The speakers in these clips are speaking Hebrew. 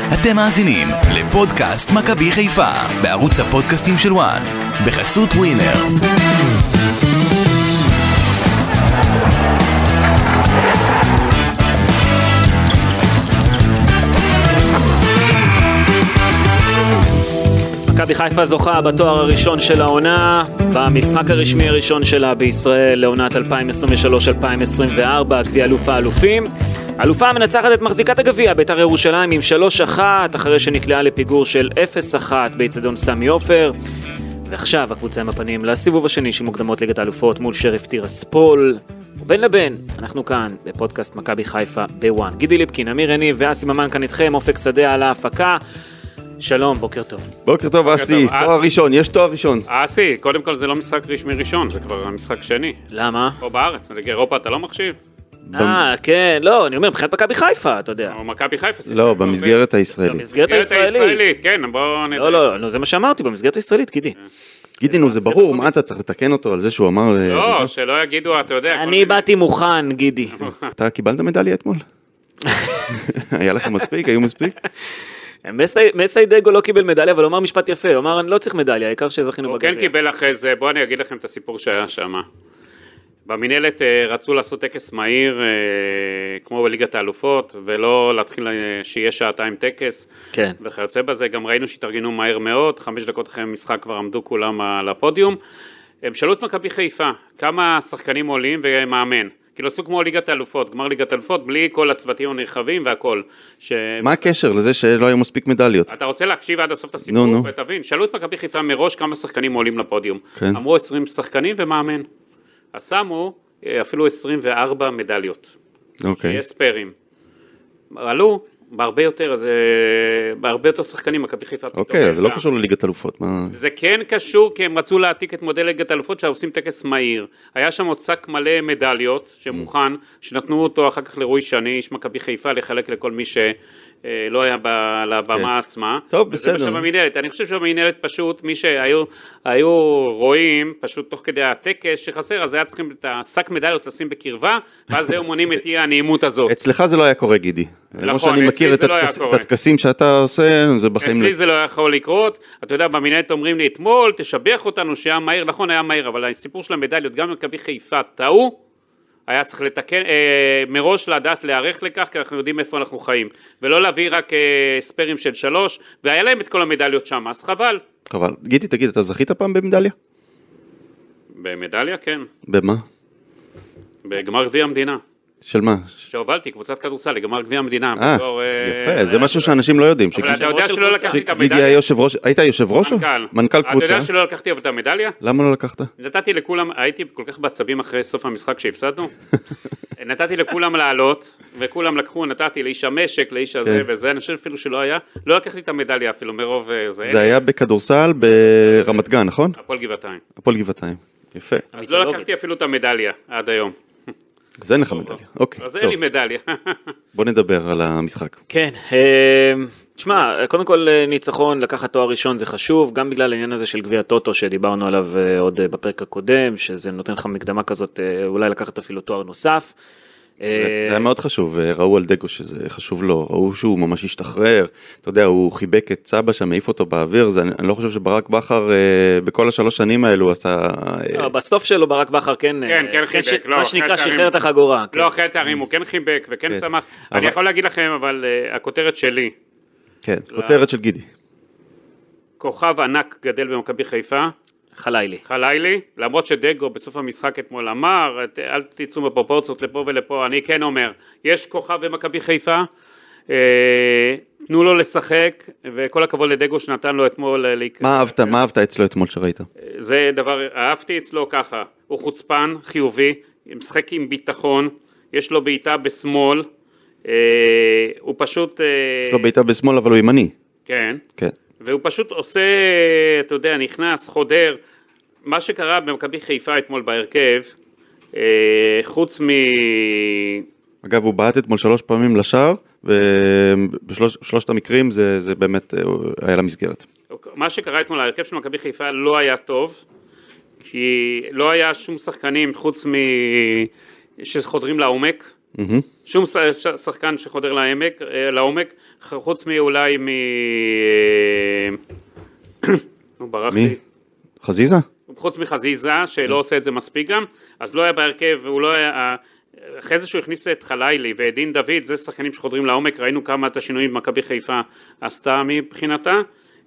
אתם מאזינים לפודקאסט מכבי חיפה בערוץ הפודקאסטים של וואן בחסות ווינר. מכבי חיפה זוכה בתואר הראשון של העונה, במשחק הרשמי הראשון שלה בישראל לעונת 2023-2024, גביע אלוף האלופים. האלופה מנצחת את מחזיקת הגביע בית"ר ירושלים עם 3-1, אחרי שנקלעה לפיגור של 0-1 באצטדיון סמי עופר. ועכשיו הקבוצה עם הפנים לסיבוב השני של מוקדמות ליגת האלופות מול שריף טירספול. ובין לבין, אנחנו כאן בפודקאסט מכבי חיפה בוואן. גידי ליפקין, אמיר יניב ואסי ממן כאן איתכם, אופק שדה על ההפקה. שלום, בוקר טוב. בוקר טוב, אסי, תואר ראשון, יש תואר ראשון. אסי, קודם כל זה לא משחק רשמי ראשון, זה כבר משחק שני. למה? פה בארץ, אירופה אתה לא מחשיב? כן, לא, אני אומר, מבחינת מכבי חיפה, אתה יודע. או מכבי חיפה. לא, במסגרת הישראלית. במסגרת הישראלית. כן, בוא נראה. לא, זה מה שאמרתי, במסגרת הישראלית, גידי. גידי, נו, זה ברור, מה אתה צריך לתקן אותו על זה שהוא אמר... לא, שלא יגידו, אתה יודע. אני באתי מוכן, גידי. אתה קיבלת מדליה אתמול? היה לכם מספיק? היו מספיק? מסי דגו לא קיבל מדליה, אבל הוא אמר משפט יפה, הוא אמר, אני לא צריך מדליה, העיקר שזכינו בגביע. הוא כן קיבל אחרי זה, בואו אני אגיד לכם את הסיפור שהיה שם. במנהלת רצו לעשות טקס מהיר, כמו בליגת האלופות, ולא להתחיל שיהיה שעתיים טקס. כן. וכיוצא בזה, גם ראינו שהתארגנו מהר מאוד, 5 דקות אחרי המשחק כבר עמדו כולם על הפודיום. הם שאלו את מכבי חיפה, כמה שחקנים עולים ומאמן. כאילו עשו כמו ליגת האלופות, גמר ליגת האלופות, בלי כל הצוותים הנרחבים והכל. מה הקשר לזה שלא היו מספיק מדליות? אתה רוצה להקשיב עד הסוף את הסיפור ותבין, שאלו את מכבי חיפה מראש כמה שחקנים עולים לפודיום. אמרו 20 שחקנים ומאמן. אז שמו אפילו 24 מדליות. אוקיי. שיהיה ספרים. עלו בהרבה יותר, אז בהרבה יותר שחקנים מכבי חיפה. אוקיי, זה לא קשור לליגת האלופות. זה כן קשור, כי הם רצו להעתיק את מודל ליגת האלופות שעושים טקס מהיר. היה שם עוד שק מלא מדליות שמוכן, שנתנו אותו אחר כך לרועי שני, איש מכבי חיפה, לחלק לכל מי שלא היה לבמה עצמה. טוב, בסדר. וזה במנהלת. אני חושב שבמנהלת פשוט, מי שהיו רואים, פשוט תוך כדי הטקס שחסר, אז היה צריכים את השק מדליות לשים בקרבה, ואז היו מונים את אי הנעימות הזאת. אצלך זה לא היה קורה, גידי. נכון, מכיר את הטקסים שאתה עושה, זה בחיים... אצלי זה לא יכול לקרות, אתה יודע, במנהלת אומרים לי אתמול, תשבח אותנו שהיה מהיר, נכון היה מהיר, אבל הסיפור של המדליות, גם מכבי חיפה טעו, היה צריך לתקן, מראש לדעת להיערך לכך, כי אנחנו יודעים איפה אנחנו חיים, ולא להביא רק ספרים של 3, והיה להם את כל המדליות שם, אז חבל. חבל. גידי, תגיד, אתה זכית פעם במדליה? במדליה, כן. במה? בגמר גביע המדינה. של מה? שהובלתי קבוצת כדורסל לגמר גביע המדינה. יפה, זה משהו שאנשים לא יודעים. אבל אתה יודע שלא לקחתי את המדליה? גידי היה יושב ראש, היית יושב ראש? מנכ"ל קבוצה? אתה יודע שלא לקחתי את המדליה? למה לא לקחת? נתתי לכולם, הייתי כל כך בעצבים אחרי סוף המשחק שהפסדנו, נתתי לכולם לעלות, וכולם לקחו, נתתי לאיש המשק, לאיש הזה וזה, אני חושב אפילו שלא היה, לא לקחתי את המדליה אפילו מרוב זה. זה היה בכדורסל ברמת גן, נכון? הפועל גבעתיים. הפועל גבעתיים, יפה. אז לא לקחתי אפילו את המדליה עד היום. אז אין לך מדליה, אוקיי. אז אין לי מדליה. בוא נדבר על המשחק. כן, תשמע, קודם כל ניצחון, לקחת תואר ראשון זה חשוב, גם בגלל העניין הזה של גביע טוטו שדיברנו עליו עוד בפרק הקודם, שזה נותן לך מקדמה כזאת, אולי לקחת אפילו תואר נוסף. זה היה מאוד חשוב, ראו על דגו שזה חשוב לו, ראו שהוא ממש השתחרר, אתה יודע, הוא חיבק את סבא שם, העיף אותו באוויר, אני לא חושב שברק בכר בכל 3 שנים האלו עשה... בסוף שלו ברק בכר כן חיבק, מה שנקרא שחרר את החגורה. לא, אחרי תארים הוא כן חיבק וכן שמח, אני יכול להגיד לכם, אבל הכותרת שלי. כן, כותרת של גידי. כוכב ענק גדל במכבי חיפה. חלילי, למרות שדגו בסוף המשחק אתמול אמר, אל תצאו בפרופורציות לפה ולפה, אני כן אומר, יש כוכב במכבי חיפה, תנו לו לשחק, וכל הכבוד לדגו שנתן לו אתמול מה אהבת אצלו אתמול שראית? זה דבר, אהבתי אצלו ככה, הוא חוצפן, חיובי, משחק עם ביטחון, יש לו בעיטה בשמאל, הוא פשוט... יש לו בעיטה בשמאל אבל הוא ימני. כן. והוא פשוט עושה, אתה יודע, נכנס, חודר, מה שקרה במכבי חיפה אתמול בהרכב, חוץ אגב, הוא בעט אתמול 3 פעמים לשער, ובשלושת המקרים זה באמת היה למסגרת. מה שקרה אתמול, ההרכב של מכבי חיפה לא היה טוב, כי לא היה שום שחקנים חוץ שחודרים לעומק, שום שחקן שחודר לעומק, חוץ מאולי ברח לי. חזיזה? חוץ מחזיזה, שלא עושה את זה מספיק גם, אז לא היה בהרכב, הוא לא היה... אחרי זה שהוא הכניס את חלילי ודין דוד, זה שחקנים שחודרים לעומק, ראינו כמה את השינויים במכבי חיפה עשתה מבחינתה.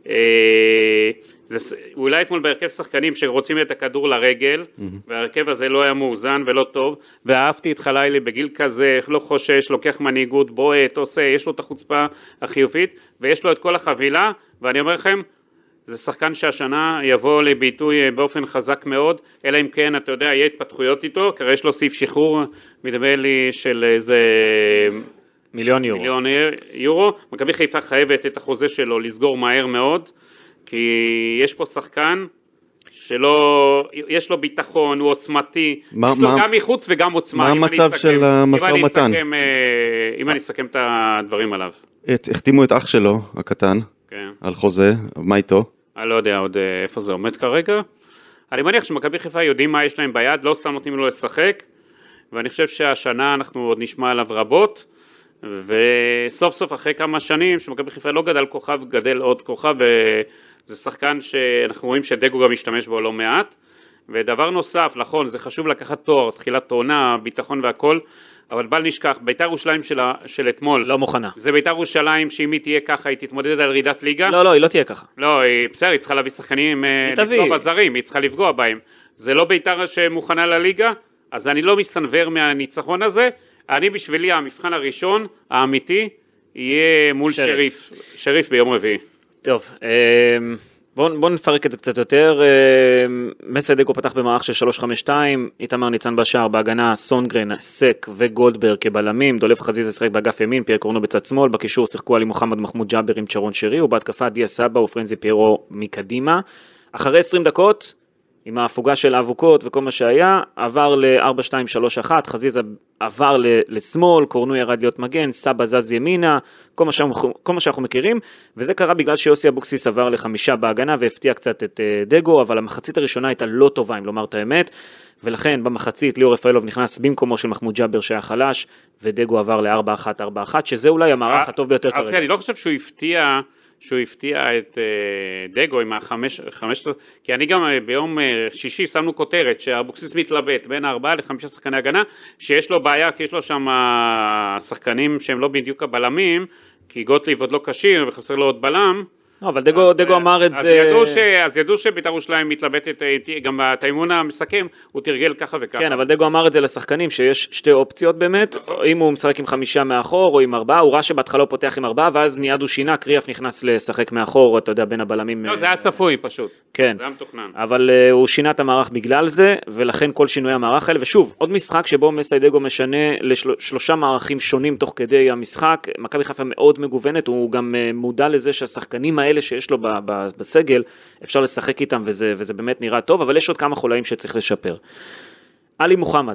אולי אתמול בהרכב שחקנים שרוצים את הכדור לרגל, והרכב הזה לא היה מאוזן ולא טוב, ואהבתי את חלילי בגיל כזה, לא חושש, לוקח מנהיגות, בועט, עושה, יש לו את החוצפה החיובית, ויש לו את כל החבילה, ואני אומר לכם, זה שחקן שהשנה יבוא לביטוי באופן חזק מאוד, אלא אם כן, אתה יודע, יהיה התפתחויות איתו, כי יש לו סעיף שחרור, מדבר לי של איזה... מיליון יורו. מכבי חיפה חייבת את החוזה שלו לסגור מהר מאוד, כי יש פה שחקן שלא, יש לו ביטחון, הוא עוצמתי, יש לו גם מחוץ וגם עוצמה. מה המצב של המשא ומתן? אם אני אסכם את הדברים עליו. החתימו את אח שלו, הקטן, על חוזה, מה איתו? אני לא יודע עוד איפה זה עומד כרגע. אני מניח שמכבי חיפה יודעים מה יש להם ביד, לא סתם נותנים לו לשחק, ואני חושב שהשנה אנחנו עוד נשמע עליו רבות, וסוף סוף אחרי כמה שנים שמכבי חיפה לא גדל כוכב, גדל עוד כוכב, וזה שחקן שאנחנו רואים שדגו גם משתמש בו לא מעט. ודבר נוסף, נכון, זה חשוב לקחת תואר, תחילת עונה, ביטחון והכל, אבל בל נשכח, בית"ר ירושלים של אתמול, לא מוכנה. זה בית"ר ירושלים שאם היא תהיה ככה, היא תתמודד על רעידת ליגה. לא, היא לא תהיה ככה. לא, בסדר, היא צריכה להביא שחקנים לפגוע בזרים, היא צריכה לפגוע בהם. זה לא בית"ר שמוכנה לליגה, אז אני לא מסתנבר מהניצחון הזה, אני בשבילי המבחן הראשון, האמיתי, יהיה מול שריף ביום רביעי. טוב, בואו נפרק את זה קצת יותר. מסיידגו פתח במערך של 3-5-2, איתמר ניצן בשער, בהגנה סונגרן, סק וגולדברג כבלמים, דולף חזיזה שחק באגף ימין, פייר קורנו בצד שמאל, בקישור שיחקו עלי מוחמד מחמוד ג'אבר עם צ'רון שרי, ובהתקפה דיה סבא ופרנזי פיירו מקדימה. אחרי 20 דקות, עם ההפוגה של האבוקות וכל מה שהיה, עבר ל-4-2-3-1, חזיזה עבר לשמאל, קורנו ירד להיות מגן, סבא זז ימינה, כל מה שאנחנו מכירים, וזה קרה בגלל שיוסי אבוקסיס עבר ל5 בהגנה, והפתיע קצת את דגו, אבל המחצית הראשונה הייתה לא טובה, אם לומר את האמת, ולכן במחצית ליאור רפאלוב נכנס במקומו של מחמוד ג'אבר שהיה חלש, ודגו עבר ל-4-1-4-1, שזה אולי המערך הטוב ביותר כרגע. אני לא חושב שהוא הפתיע את דגו עם ה-5, כי אני גם ביום שישי שמנו כותרת שהאבוקסיס מתלבט בין 4 ל-5 שחקני הגנה, שיש לו בעיה, כי יש לו שם שחקנים שהם לא בדיוק הבלמים, כי גוטליב עוד לא כשיר וחסר לו עוד בלם. לא, אבל דגו אמר את זה... אז ידעו שבית"ר ירושלים מתלבטת, גם את האימון המסכם, הוא תרגל ככה וככה. כן, אבל דגו אמר את זה לשחקנים, שיש שתי אופציות באמת, אם הוא משחק עם 5 מאחור או עם 4, הוא ראה שבהתחלה הוא פותח עם 4, ואז מיד הוא שינה, קריאף נכנס לשחק מאחור, אתה יודע, בין הבלמים. לא, זה היה צפוי פשוט. כן. זה היה מתוכנן. אבל הוא שינה את המערך בגלל זה, ולכן כל שינוי המערך האלה, ושוב, עוד משחק שבו מסיידגו משנה ל3 מערכים שונים תוך כדי המשחק. מכבי חיפה מאוד מגוונת, הוא גם מודע לזה שהשחקנים האלה שיש לו בסגל, אפשר לשחק איתם, וזה באמת נראה טוב, אבל יש עוד כמה חולאים שצריך לשפר. עלי מוחמד,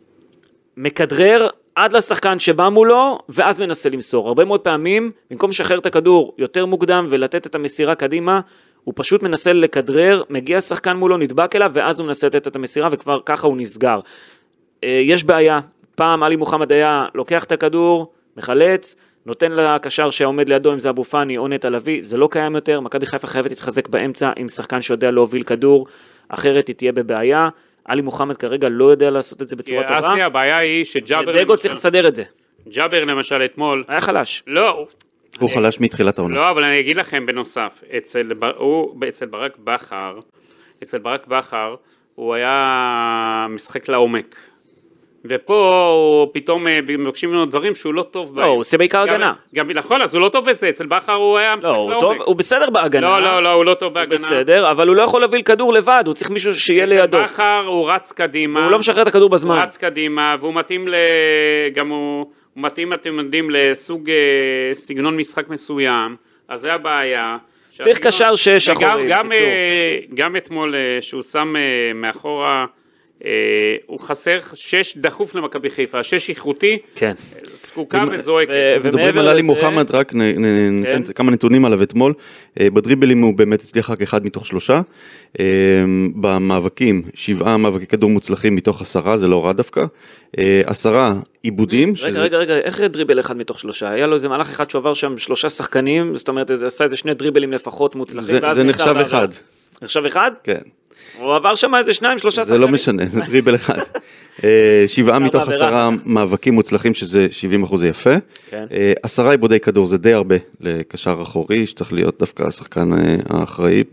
מכדרר עד לשחקן שבא מולו, ואז מנסה למסור. הרבה מאוד פעמים, במקום לשחרר את הכדור יותר מוקדם, ולתת את המסירה קדימה, הוא פשוט מנסה לכדרר, מגיע שחקן מולו, נדבק אליו, ואז הוא מנסה לתת את המסירה, וכבר ככה הוא נסגר. יש בעיה, פעם עלי מוחמד היה לוקח את הכדור, מחלץ, נותן לקשר שעומד לידו, אם זה אבו פאני או נטע לביא, זה לא קיים יותר, מכבי חיפה חייבת להתחזק באמצע עם שחקן שיודע להוביל כדור, אחרת היא תהיה בבעיה. עלי מוחמד כרגע לא יודע לעשות את זה בצורה טובה. אסי, הבעיה היא שג'אבר... דגו צריך לסדר את זה. ג'אבר למשל אתמול... היה חלש. לא. הוא חלש מתחילת העונה. לא, אבל אני אגיד לכם בנוסף, אצל ברק בכר, הוא היה משחק לעומק. ופה הוא פתאום מבקשים ממנו דברים שהוא לא טוב בהם. לא, הוא עושה בעיקר הגנה. גם נכון, אז הוא לא טוב בזה, אצל בכר הוא היה משחק לעומק. הוא בסדר בהגנה. לא, הוא לא טוב בהגנה. הוא בסדר, אבל הוא לא יכול להביא כדור לבד, הוא צריך מישהו שיהיה לידו. אצל בכר הוא רץ קדימה. הוא לא משחרר את הכדור בזמן. הוא רץ קדימה, והוא מתאים גם הוא מתאים, אתם יודעים, לסוג סגנון משחק מסוים, אז זה הבעיה. צריך קשר 6 אחורי. גם אתמול שהוא שם מאחורה הוא חסר 6 דחוף למכבי חיפה, 6 איכותי, כן. זקוקה וזועקת. מדברים על עלי מוחמד, רק ניתן כמה נתונים עליו אתמול, בדריבלים הוא באמת הצליח רק 1 מתוך 3, במאבקים 7 מאבקי כדור מוצלחים מתוך 10, זה לא רע דווקא, 10 עיבודים. רגע, איך דריבל 1 מתוך 3? היה לו איזה מהלך אחד שעבר שם 3 שחקנים, זאת אומרת, זה עשה איזה 2 דריבלים לפחות מוצלחים. זה נחשב 1. נחשב 1? כן. הוא עבר שם איזה 2-3 שחקנים. זה לא משנה, זה דריבל 1. 7 מתוך 10 מאבקים מוצלחים, שזה 70% זה יפה. 10 עיבודי כדור, זה די הרבה לקשר אחורי, שצריך להיות דווקא השחקן האחראי.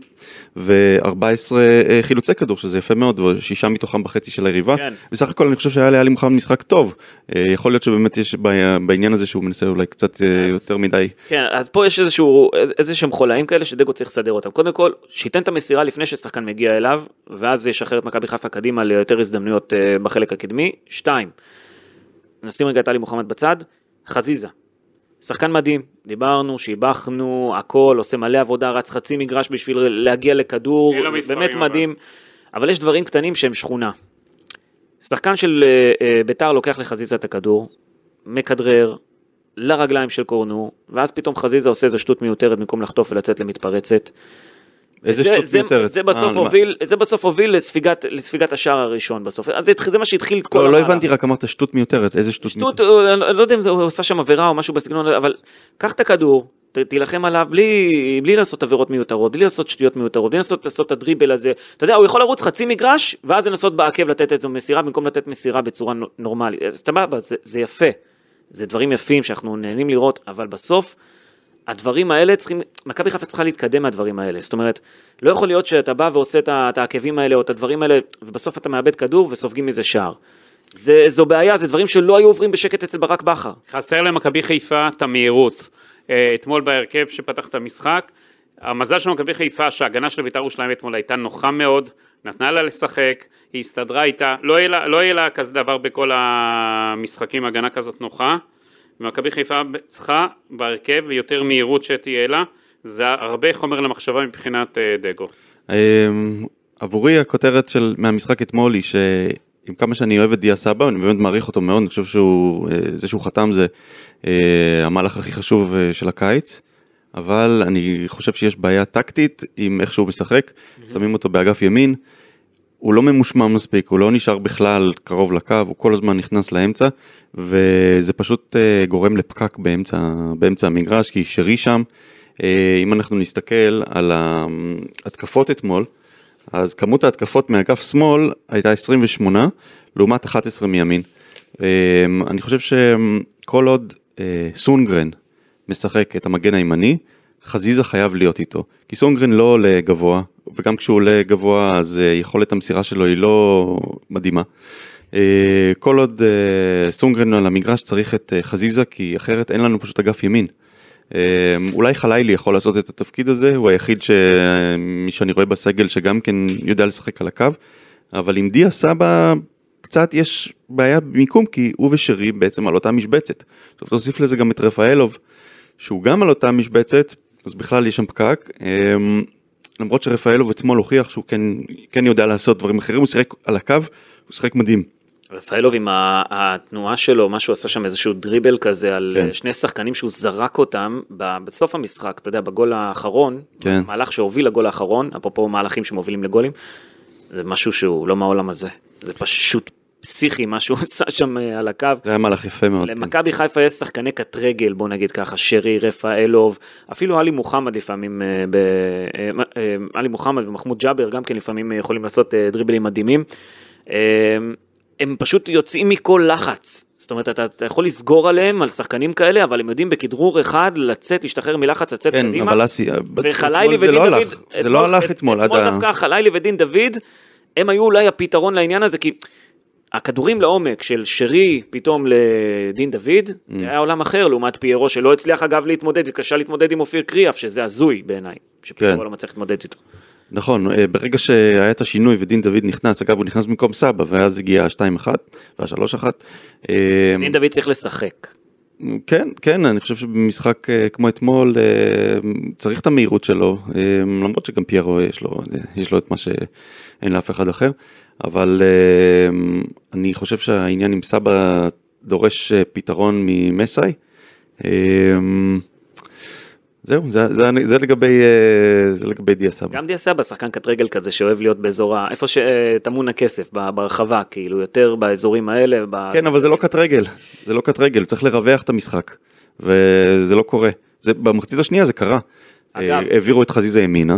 ו14 חילוצי כדור, שזה יפה מאוד, ו6 מתוכם בחצי של היריבה. בסך הכל אני חושב שהיה לעלי מוחמד משחק טוב. יכול להיות שבאמת יש בעניין הזה שהוא מנסה אולי קצת יותר מדי. כן, אז פה יש איזשהם חולאים כאלה שדגו צריך לסדר אותם. קודם כל, שייתן את המסירה לפני ששחקן מגיע אליו, ואז ישחרר את מכבי חיפה קדימה ליותר הזדמנויות בחלק הקדמי. 2, נשים רגע את עלי מוחמד בצד, חזיזה. שחקן מדהים, דיברנו, שיבחנו, הכל, עושה מלא עבודה, רץ חצי מגרש בשביל להגיע לכדור, באמת מדהים, אבל יש דברים קטנים שהם שכונה. שחקן של ביתר לוקח לחזיזה את הכדור, מקדרר לרגליים של קורנו, ואז פתאום חזיזה עושה איזו שטות מיותרת במקום לחטוף ולצאת למתפרצת. איזה שטות מיותרת? זה בסוף הוביל לספיגת השער הראשון בסוף. זה מה שהתחיל כל המהלך. לא הבנתי, רק אמרת שטות מיותרת. איזה שטות מיותרת? אני לא יודע אם הוא עושה שם עבירה או משהו בסגנון, אבל קח את הכדור, תילחם עליו בלי לעשות עבירות מיותרות, בלי לעשות שטויות מיותרות, בלי לעשות את הדריבל הזה. אתה יודע, הוא יכול לרוץ חצי מגרש, ואז לנסות בעקב לתת איזו מסירה, במקום לתת מסירה בצורה נורמלית. זה יפה. זה דברים יפים שאנחנו נהנים לראות, אבל בסוף הדברים האלה צריכים, מכבי חיפה צריכה להתקדם מהדברים האלה, זאת אומרת, לא יכול להיות שאתה בא ועושה את העקבים האלה, או את הדברים האלה, ובסוף אתה מאבד כדור וסופגים מזה שער. זו בעיה, זה דברים שלא היו עוברים בשקט אצל ברק בכר. חסר למכבי חיפה את המהירות. אתמול בהרכב שפתח את המשחק, המזל של מכבי חיפה, שההגנה של בית"ר ירושלים אתמול הייתה נוחה מאוד, נתנה לה לשחק, היא הסתדרה איתה, לא יהיה לה כזה דבר בכל המשחקים, הגנה כזאת נוחה, ומכבי חיפה צריכה בהרכב ויותר מהירות שתהיה לה, זה הרבה חומר למחשבה מבחינת דגו. עבורי הכותרת מהמשחק אתמול היא שעם כמה שאני אוהב את דיה סבא, אני באמת מעריך אותו מאוד, אני חושב שזה שהוא חתם זה המהלך הכי חשוב של הקיץ, אבל אני חושב שיש בעיה טקטית עם איך שהוא משחק, שמים אותו באגף ימין, הוא לא ממושמע מספיק, הוא לא נשאר בכלל קרוב לקו, הוא כל הזמן נכנס לאמצע, וזה פשוט גורם לפקק באמצע המגרש, כי שרי שם, אם אנחנו נסתכל על ההתקפות אתמול, אז כמות ההתקפות מאגף שמאל הייתה 28, לעומת 11 מימין. אני חושב שכל עוד סונגרן משחק את המגן הימני, חזיזה חייב להיות איתו, כי סונגרן לא עולה גבוה, וגם כשהוא עולה גבוה, אז יכולת המסירה שלו היא לא מדהימה. כל עוד סונגרן על המגרש צריך את חזיזה, כי אחרת אין לנו פשוט אגף ימין. אולי חלילי יכול לעשות את התפקיד הזה, הוא היחיד שאני רואה בסגל שגם כן יודע לשחק על הקו, אבל עם דיה סבא קצת יש בעיה במיקום, כי הוא ושרי בעצם על אותה משבצת. עכשיו תוסיף לזה גם את רפאלוב, שהוא גם על אותה משבצת, אז בכלל יש שם פקק, למרות שרפאלוב אתמול הוכיח שהוא כן יודע לעשות דברים אחרים, הוא שיחק על הקו, הוא שיחק מדהים. רפאלוב עם התנועה שלו, מה שהוא עשה שם איזשהו דריבל כזה, על שני שחקנים שהוא זרק אותם, בסוף המשחק, אתה יודע, בגול האחרון, מהלך שהוביל לגול האחרון, אפרופו מהלכים שמובילים לגולים, זה משהו שהוא לא מהעולם הזה, זה פשוט פסיכי, מה שהוא עשה שם על הקו. זה היה מהלך יפה מאוד. למכבי חיפה יש שחקני קט רגל, בוא נגיד ככה, שרי, רפאלוב, אפילו עלי מוחמד לפעמים, עלי מוחמד ומחמוד ג'אבר גם כן לפעמים יכולים לעשות דריבלים מדהימים. הם פשוט יוצאים מכל לחץ, זאת אומרת, אתה יכול לסגור עליהם על שחקנים כאלה, אבל הם יודעים בכדרור אחד לצאת, להשתחרר מלחץ, לצאת כן, קדימה. אבל וחלילי ודין דוד, זה לא הלך אתמול. אתמול דווקא חלילי ודין דוד, הם היו אולי הפתרון לעניין הזה, כי הכדורים לעומק של שרי פתאום לדין דוד, זה היה עולם אחר, לעומת פיירו שלא הצליח אגב להתמודד, קשה להתמודד עם אופיר קריאף, שזה הזוי בעיניי, שפיירו לא מצליח להתמודד איתו. נכון, ברגע שהיה את השינוי ודין דוד נכנס, אגב הוא נכנס במקום סבא, ואז הגיע 2-1 וה-3-1. דין דוד צריך לשחק. כן, אני חושב שבמשחק כמו אתמול צריך את המהירות שלו, למרות שגם פיירו יש לו את מה שאין לאף אחד אחר, אבל אני חושב שהעניין עם סבא דורש פתרון ממסאי, זהו, זה לגבי דיה סבא. גם דיה סבא, שחקן קט רגל כזה שאוהב להיות באזור, איפה שטמון הכסף, ברחבה, כאילו, יותר באזורים האלה. כן, אבל זה לא קט רגל, צריך לרווח את המשחק, וזה לא קורה. במחצית השנייה זה קרה. העבירו את חזיזה ימינה,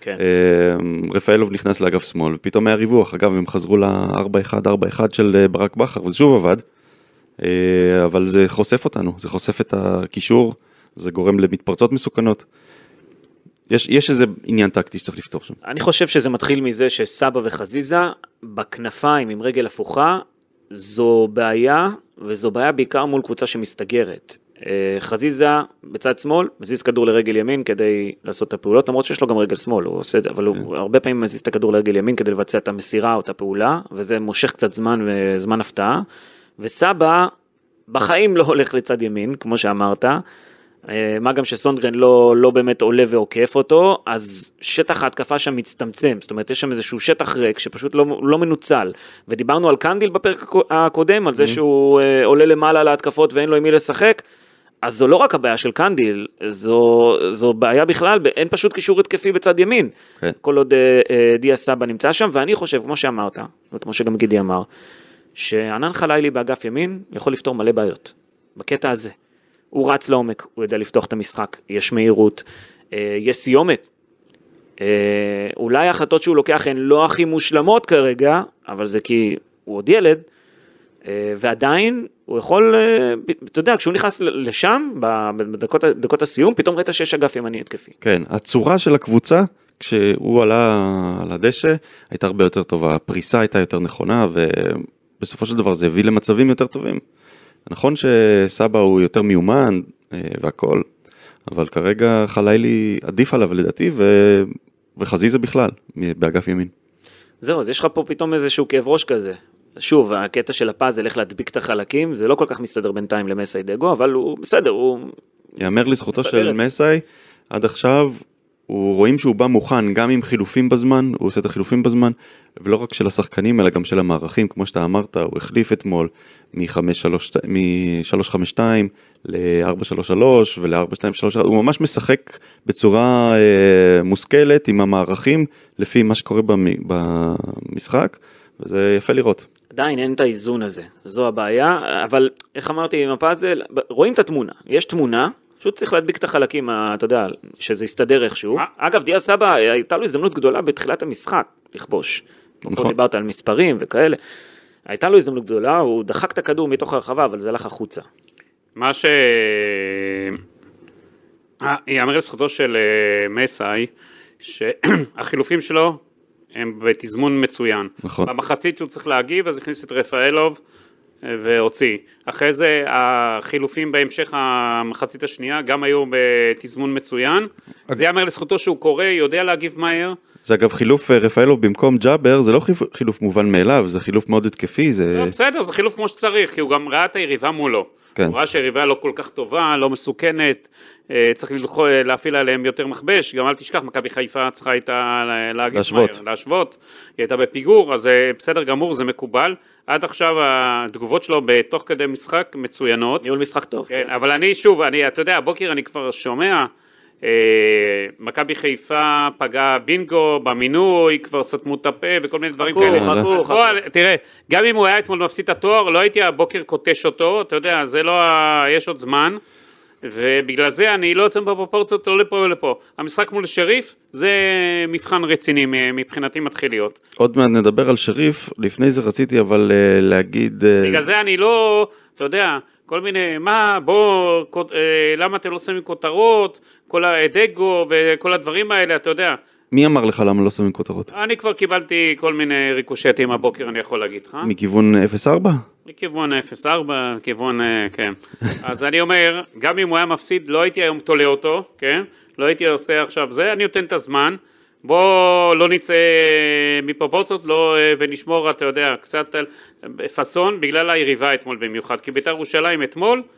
רפאלוב נכנס לאגף שמאל, ופתאום היה ריווח. אגב, הם חזרו ל-4-1 של ברק בכר, וזה שוב עבד, אבל זה חושף אותנו, זה חושף את הקישור, זה גורם למתפרצות מסוכנות. יש איזה עניין טקטי שצריך לפתור שם. אני חושב שזה מתחיל מזה שסבא וחזיזה בכנפיים עם רגל הפוכה, זו בעיה, וזו בעיה בעיקר מול קבוצה שמסתגרת. חזיזה בצד שמאל, מזיז כדור לרגל ימין כדי לעשות את הפעולות, למרות שיש לו גם רגל שמאל, הוא עושה, אבל הוא הרבה פעמים מזיז את הכדור לרגל ימין כדי לבצע את המסירה או את הפעולה, וזה מושך קצת זמן וזמן הפתעה. וסבא בחיים לא הולך לצד ימין, כמו שאמרת, מה גם שסונגרן לא באמת עולה ועוקף אותו, אז שטח ההתקפה שם מצטמצם, זאת אומרת יש שם איזשהו שטח ריק שפשוט לא מנוצל, ודיברנו על קנדיל בפרק הקודם, על זה שהוא עולה למעלה להתקפות ואין לו עם מי לשחק, אז זו לא רק הבעיה של קנדיל, זו בעיה בכלל, אין פשוט קישור התקפי בצד ימין, כל עוד דיה סבא נמצא שם, ואני חושב, כמו שאמרת, וכמו שגם גידי אמר, שענן חלילי באגף ימין יכול לפתור מלא בעיות, בקטע הזה. הוא רץ לעומק, הוא יודע לפתוח את המשחק, יש מהירות, יש סיומת. אולי ההחלטות שהוא לוקח הן לא הכי מושלמות כרגע, אבל זה כי הוא עוד ילד, ועדיין הוא יכול, אתה יודע, כשהוא נכנס לשם, בדקות הסיום, פתאום ראית שיש אגף ימני התקפי. כן, הצורה של הקבוצה, כשהוא עלה על הדשא, הייתה הרבה יותר טובה, הפריסה הייתה יותר נכונה, ובסופו של דבר זה הביא למצבים יותר טובים. נכון שסבא הוא יותר מיומן והכל, אבל כרגע חלילי עדיף עליו לדעתי, וחזיזה בכלל, באגף ימין. זהו, אז יש לך פה פתאום איזשהו כאב ראש כזה. שוב, הקטע של הפאזל, איך להדביק את החלקים, זה לא כל כך מסתדר בינתיים למסאי דגו, אבל הוא בסדר, הוא... יאמר לזכותו של מסאי, עד עכשיו, רואים שהוא בא מוכן גם עם חילופים בזמן, הוא עושה את החילופים בזמן, ולא רק של השחקנים, אלא גם של המערכים, כמו שאתה אמרת, הוא החליף אתמול מ-3-5-2 ל-4-3-3 ול-4-2-3, הוא ממש משחק בצורה מושכלת עם המערכים, לפי מה שקורה במשחק, וזה יפה לראות. עדיין אין את האיזון הזה, זו הבעיה, אבל איך אמרתי עם הפאזל, רואים את התמונה, יש תמונה, פשוט צריך להדביק את החלקים, אתה יודע, שזה יסתדר איכשהו. אגב, דיה סבא, הייתה לו הזדמנות גדולה בתחילת המשחק, לכבוש. נכון. דיברת על מספרים וכאלה. הייתה לו הזדמנות גדולה, הוא דחק את הכדור מתוך הרחבה, אבל זה הלך החוצה. מה יאמר לזכותו של מסאי, שהחילופים שלו הם בתזמון מצוין. נכון. במחצית שהוא צריך להגיב, אז הכניס את רפאלוב, והוציא. אחרי זה החילופים בהמשך המחצית השנייה גם היו בתזמון מצוין. זה יאמר לזכותו שהוא קורא, יודע להגיב מהר. זה אגב חילוף רפאלוב במקום ג'אבר, זה לא חילוף מובן מאליו, זה חילוף מאוד התקפי. לא, בסדר, זה חילוף כמו שצריך, כי הוא גם ראה את היריבה מולו. כן. הוא ראה שהיריבה לא כל כך טובה, לא מסוכנת, צריך להפעיל עליהם יותר מחבש, גם אל תשכח, מכבי חיפה צריכה הייתה להשוות, היא הייתה בפיגור, אז בסדר גמור, זה מקובל. עד עכשיו התגובות שלו בתוך כדי משחק מצוינות. ניהול משחק טוב. כן, אבל אני שוב, אתה יודע, הבוקר אני כבר שומע, מכבי חיפה פגע בינגו במינוי, כבר סתמו את הפה וכל מיני דברים כאלה. חכו. תראה, גם אם הוא היה אתמול מפסיד את התואר, לא הייתי הבוקר קוטש אותו, אתה יודע, זה לא, יש עוד זמן, ובגלל זה אני לא יוצא בפרופורציות לא לפה ולפה. המשחק מול שריף, זה מבחן רציני מבחינתי מתחיל להיות. עוד מעט נדבר על שריף, לפני זה רציתי אבל להגיד... בגלל זה אני לא, אתה יודע... כל מיני, למה אתם לא שמים כותרות, כל הדגו וכל הדברים האלה, אתה יודע. מי אמר לך למה לא שמים כותרות? אני כבר קיבלתי כל מיני ריקושטים הבוקר, אני יכול להגיד לך. מכיוון 0-4? מכיוון 0-4, כיוון, כן. אז אני אומר, גם אם הוא היה מפסיד, לא הייתי היום תולה אותו, כן? לא הייתי עושה עכשיו זה, אני נותן את הזמן. בוא לא נצא מפרופורציות ונשמור, אתה יודע, קצת על פסון, בגלל היריבה אתמול במיוחד, כי בית"ר ירושלים אתמול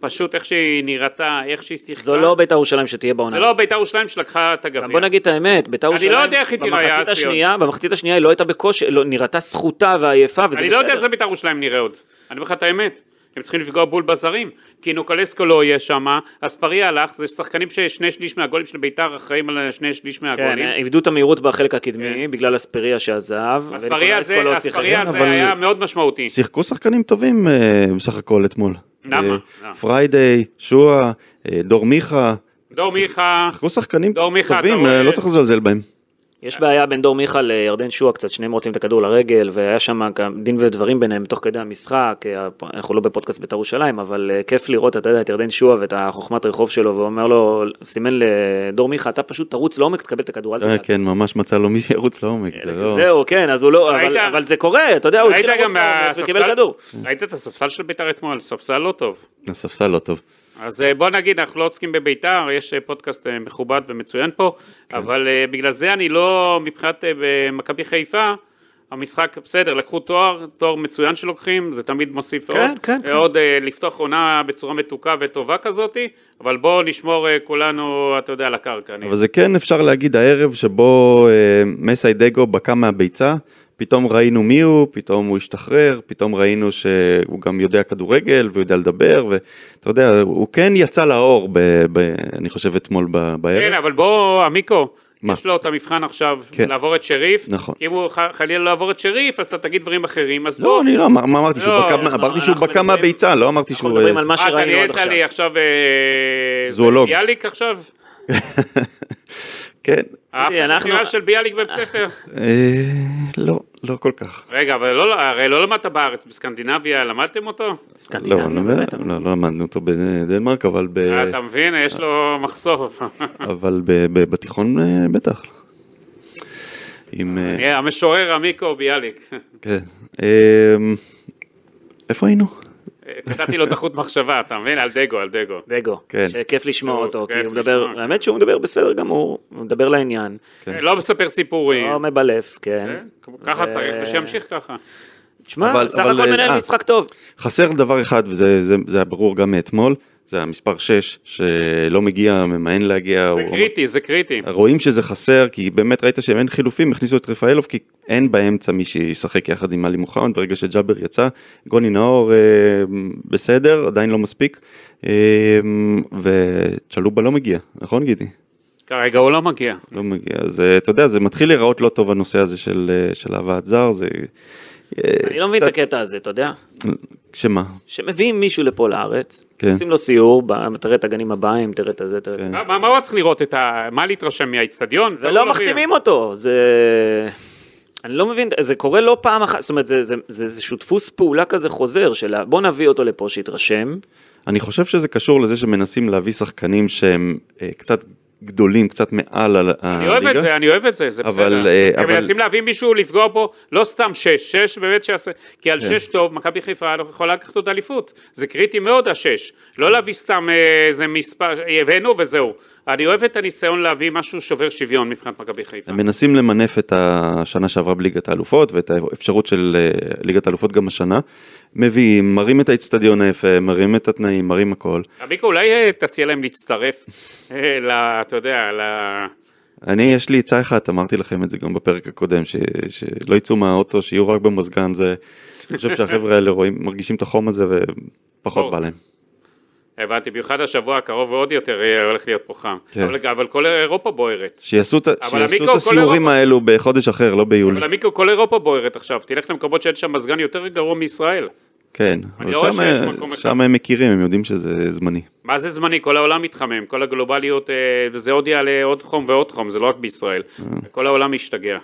פשוט איך שהיא נראתה, איך שהיא שיחקה. זו לא בית"ר ירושלים שתהיה בעונה. זה לא בית"ר ירושלים שלקחה את הגביע. בוא נגיד את האמת, בית"ר ירושלים, אני לא יודע איך היא תיראה. במחצית השנייה היא לא הייתה בקושי, נראתה זכותה ועייפה, וזה בסדר. אני לא יודע איך זה בית"ר ירושלים נראה עוד. אני אומר לך את האמת. הם צריכים לפגוע בול בזרים, כי נוקולסקו לא יהיה שם, אספריה הלך, זה שחקנים ששני שליש מהגולים של בית"ר אחראים על שני שליש מהגולים. כן, איבדו את המהירות בחלק הקדמי, בגלל אספריה שעזב. אספריה זה היה מאוד משמעותי. שיחקו שחקנים טובים בסך הכל אתמול. למה? פריידי, שואה, דור מיכה. שיחקו שחקנים טובים, לא צריך לזלזל בהם. יש בעיה בין דור מיכה לירדן שואה קצת, שניהם רוצים את הכדור לרגל, והיה שם דין ודברים ביניהם תוך כדי המשחק, אנחנו לא בפודקאסט בית"ר ירושלים, אבל כיף לראות את ירדן שואה ואת החוכמת רחוב שלו, ואומר לו, סימן לדור מיכה, אתה פשוט תרוץ לעומק, תקבל את הכדור, אל תדאג. כן, ממש מצא לו מי שירוץ לעומק, זהו, כן, אז הוא לא, אבל זה קורה, אתה יודע, הוא התחיל לרוץ לעומק וקיבל כדור. ראית את הספסל של בית"ר אתמול, ספסל לא טוב. הספסל לא טוב. אז בוא נגיד, אנחנו לא עוסקים בביתר, יש פודקאסט מכובד ומצוין פה, אבל בגלל זה אני לא, מבחינת במכבי חיפה, המשחק בסדר, לקחו תואר מצוין שלוקחים, זה תמיד מוסיף עוד לפתוח עונה בצורה מתוקה וטובה כזאת, אבל בואו נשמור כולנו, אתה יודע, על הקרקע. אבל זה כן אפשר להגיד הערב שבו מסיידגו בקע מהביצה, פתאום ראינו מי הוא, פתאום הוא השתחרר, פתאום ראינו שהוא גם יודע כדורגל ויודע לדבר, ואתה יודע, הוא כן יצא לאור, אני חושב אתמול בערב. כן, אבל בוא, עמיקו, יש לו את המבחן עכשיו, לעבור את שריף, כי אם הוא חלילה לא לעבור את שריף, אז אתה תגיד דברים אחרים, אז בוא. לא, אני לא, אמרתי שהוא בקע מהביצה, לא אמרתי שהוא... אנחנו מדברים על מה שראינו עד עכשיו. אתה נהיית לי עכשיו, זואולוג. ביאליק עכשיו? כן. הבחירה של ביאליק בבית ספר? לא כל כך. רגע, אבל הרי לא למדת בארץ, בסקנדינביה, למדתם אותו? לא למדנו אותו בדנמרק, אבל אתה מבין, יש לו מחסור. אבל בתיכון בטח. המשורר עמיקו ביאליק. כן. איפה היינו? קטעתי לו את החוט מחשבה, אתה מבין? על דגו. שכיף לשמוע אותו, כי הוא מדבר, האמת שהוא מדבר בסדר גמור, הוא מדבר לעניין. לא מספר סיפורים. לא מבלף, כן. ככה צריך, ושימשיך ככה. תשמע, סך הכל מנהל משחק טוב. חסר דבר אחד, וזה היה ברור גם מאתמול, זה המספר 6, שלא מגיע, ממאן להגיע. זה קריטי. רואים שזה חסר, כי באמת ראית שהם אין חילופים, הכניסו את רפאלוב, כי אין באמצע מי שישחק יחד עם עלי מוחמד, ברגע שג'אבר יצא, גוני נאור בסדר, עדיין לא מספיק, וצ'לובה לא מגיע, נכון גידי? כרגע הוא לא מגיע. לא מגיע, אז אתה יודע, זה מתחיל להיראות לא טוב הנושא הזה של הבאת זר, זה... אני לא מבין את הקטע הזה, אתה יודע? שמה? שמביאים מישהו לפה לארץ, עושים לו סיור, תראה את הגנים הבאים, תראה את הזה, תראה את זה. מה הוא צריך לראות? מה להתרשם מהאיצטדיון? ולא מחתימים אותו, אני לא מבין, זה קורה לא פעם אחת, זאת אומרת, זה איזשהו דפוס פעולה כזה חוזר, בוא נביא אותו לפה שיתרשם. אני חושב שזה קשור לזה שמנסים להביא שחקנים שהם קצת גדולים, קצת מעל הליגה. אני אוהב את זה, זה בסדר. הם מנסים להביא מישהו לפגוע פה, לא סתם 6 באמת שיעשה, כי על 6 טוב, מכבי חיפה יכולה לקחת עוד אליפות. זה קריטי מאוד ה6, לא להביא סתם איזה מספר, הבאנו וזהו. אני אוהב את הניסיון להביא משהו שובר שוויון מבחינת מכבי חיפה. הם מנסים למנף את השנה שעברה בליגת האלופות, ואת האפשרות של ליגת האלופות גם השנה. מביאים, מראים את האצטדיון היפה, מראים את התנאים, מראים הכל. עמיקו, אולי תציע להם להצטרף, אתה יודע, יש לי עצה אחת, אמרתי לכם את זה גם בפרק הקודם, שלא יצאו מהאוטו, שיהיו רק במזגן, אני חושב שהחבר'ה האלה מרגישים את החום הזה ופחות בא להם. הבנתי, במיוחד השבוע הקרוב ועוד יותר הולך להיות פה חם. אבל כל אירופה בוערת. שיעשו את הסיורים האלו בחודש אחר, לא ביולי. אבל עמיקו, כל אירופה בוערת עכשיו. תלך למקומות שאין שם מזגן יותר גרוע מישראל. כן, שם הם מכירים, הם יודעים שזה זמני. מה זה זמני? כל העולם מתחמם, כל הגלובליות, וזה עוד יעלה עוד חום ועוד חום, זה לא רק בישראל. כל העולם משתגע.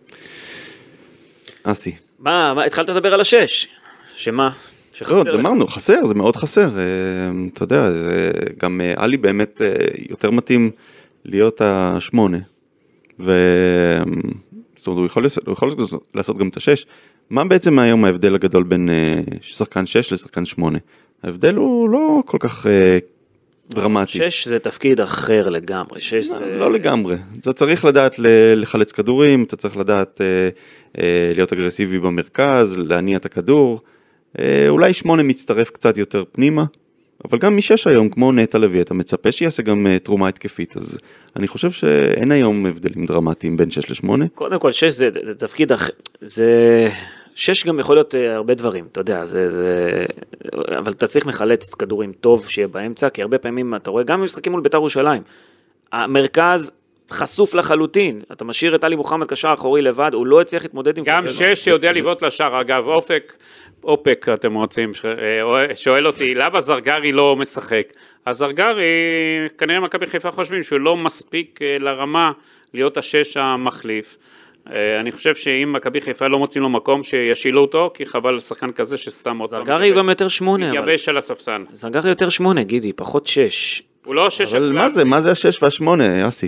אסי. מה, התחלת לדבר על 6? שמה? לא, אמרנו, חסר, זה מאוד חסר, אתה יודע, גם עלי באמת יותר מתאים להיות 8, זאת אומרת, הוא יכול לעשות גם את 6, מה בעצם היום ההבדל הגדול בין שחקן 6 לשחקן 8? ההבדל הוא לא כל כך דרמטי. 6 זה תפקיד אחר לגמרי, 6 זה... לא לגמרי, אתה צריך לדעת לחלץ כדורים, אתה צריך לדעת להיות אגרסיבי במרכז, להניע את הכדור, אולי 8 מצטרף קצת יותר פנימה, אבל גם משש היום, כמו נטע לביא, אתה מצפה שיעשה גם תרומה התקפית, אז אני חושב שאין היום הבדלים דרמטיים בין 6 ל-8. קודם כל, 6 זה תפקיד אחר, 6 גם יכול להיות הרבה דברים, אתה יודע, אבל אתה צריך מחלץ כדורים טוב שיהיה באמצע, כי הרבה פעמים אתה רואה, גם במשחקים מול בית"ר ירושלים, המרכז חשוף לחלוטין, אתה משאיר את עלי מוחמד קשר אחורי לבד, הוא לא הצליח להתמודד עם... גם 6 שיודע לבעוט לשער, אגב, אופק אתם רוצים, שואל אותי, למה זרגרי לא משחק? אז זרגרי, כנראה מכבי חיפה חושבים שהוא לא מספיק לרמה להיות השש המחליף. אני חושב שאם מכבי חיפה לא מוצאים לו מקום שישילו אותו, כי חבל לשחקן כזה שסתם עוד... זרגרי הוא גם יותר 8. יבש על הספסל. זרגרי יותר 8, גידי, פחות 6. הוא לא 6. אבל מה זה 6 וה-8, יאסי?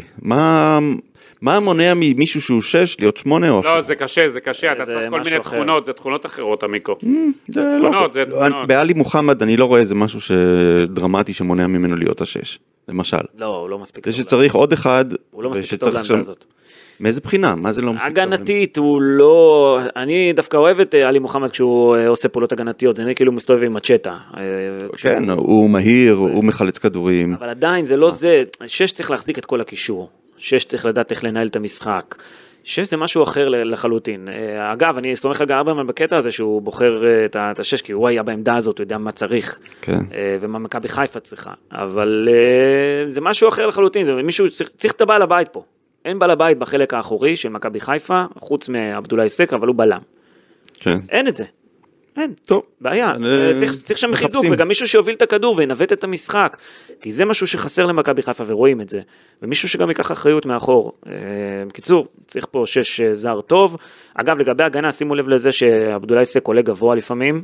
מה מונע ממישהו שהוא 6 להיות 8 או... לא, זה קשה, אתה צריך כל מיני תכונות, זה תכונות אחרות, עמיקו. זה תכונות. בעלי מוחמד אני לא רואה איזה משהו דרמטי שמונע ממנו להיות ה-6, למשל. לא, הוא לא מספיק טוב. זה שצריך עוד אחד, הוא לא מספיק טוב לעמדה הזאת. מאיזה בחינה? מה זה לא מספיק טוב? הגנתית הוא לא... אני דווקא אוהב את עלי מוחמד כשהוא עושה פעולות הגנתיות, זה נראה כאילו הוא מסתובב עם מצ'טה. כן, הוא מהיר, הוא מחלץ כדורים. אבל עדיין זה לא זה, 6 צריך להחזיק את כל הקישור, 6 צריך לדעת איך לנהל את המשחק, 6 זה משהו אחר לחלוטין. אגב, אני סומך על גרברמן בקטע הזה שהוא בוחר את ה-6, כי הוא היה בעמדה הזאת, הוא יודע מה צריך, ומה מכבי חיפה צריכה, אבל זה משהו אחר לחלוטין, זה מישהו צריך את הבעל הבית פה. אין בעל הבית בחלק האחורי של מכבי חיפה, חוץ מעבדולאי סק, אבל הוא בלם. כן. אין את זה. אין. טוב. בעיה. צריך שם חיזוק, וגם מישהו שיוביל את הכדור וינווט את המשחק. כי זה משהו שחסר למכבי חיפה, ורואים את זה. ומישהו שגם ייקח אחריות מאחור. בקיצור, צריך פה 6 זר טוב. אגב, לגבי הגנה, שימו לב לזה שעבדולאי סק עולה גבוה לפעמים.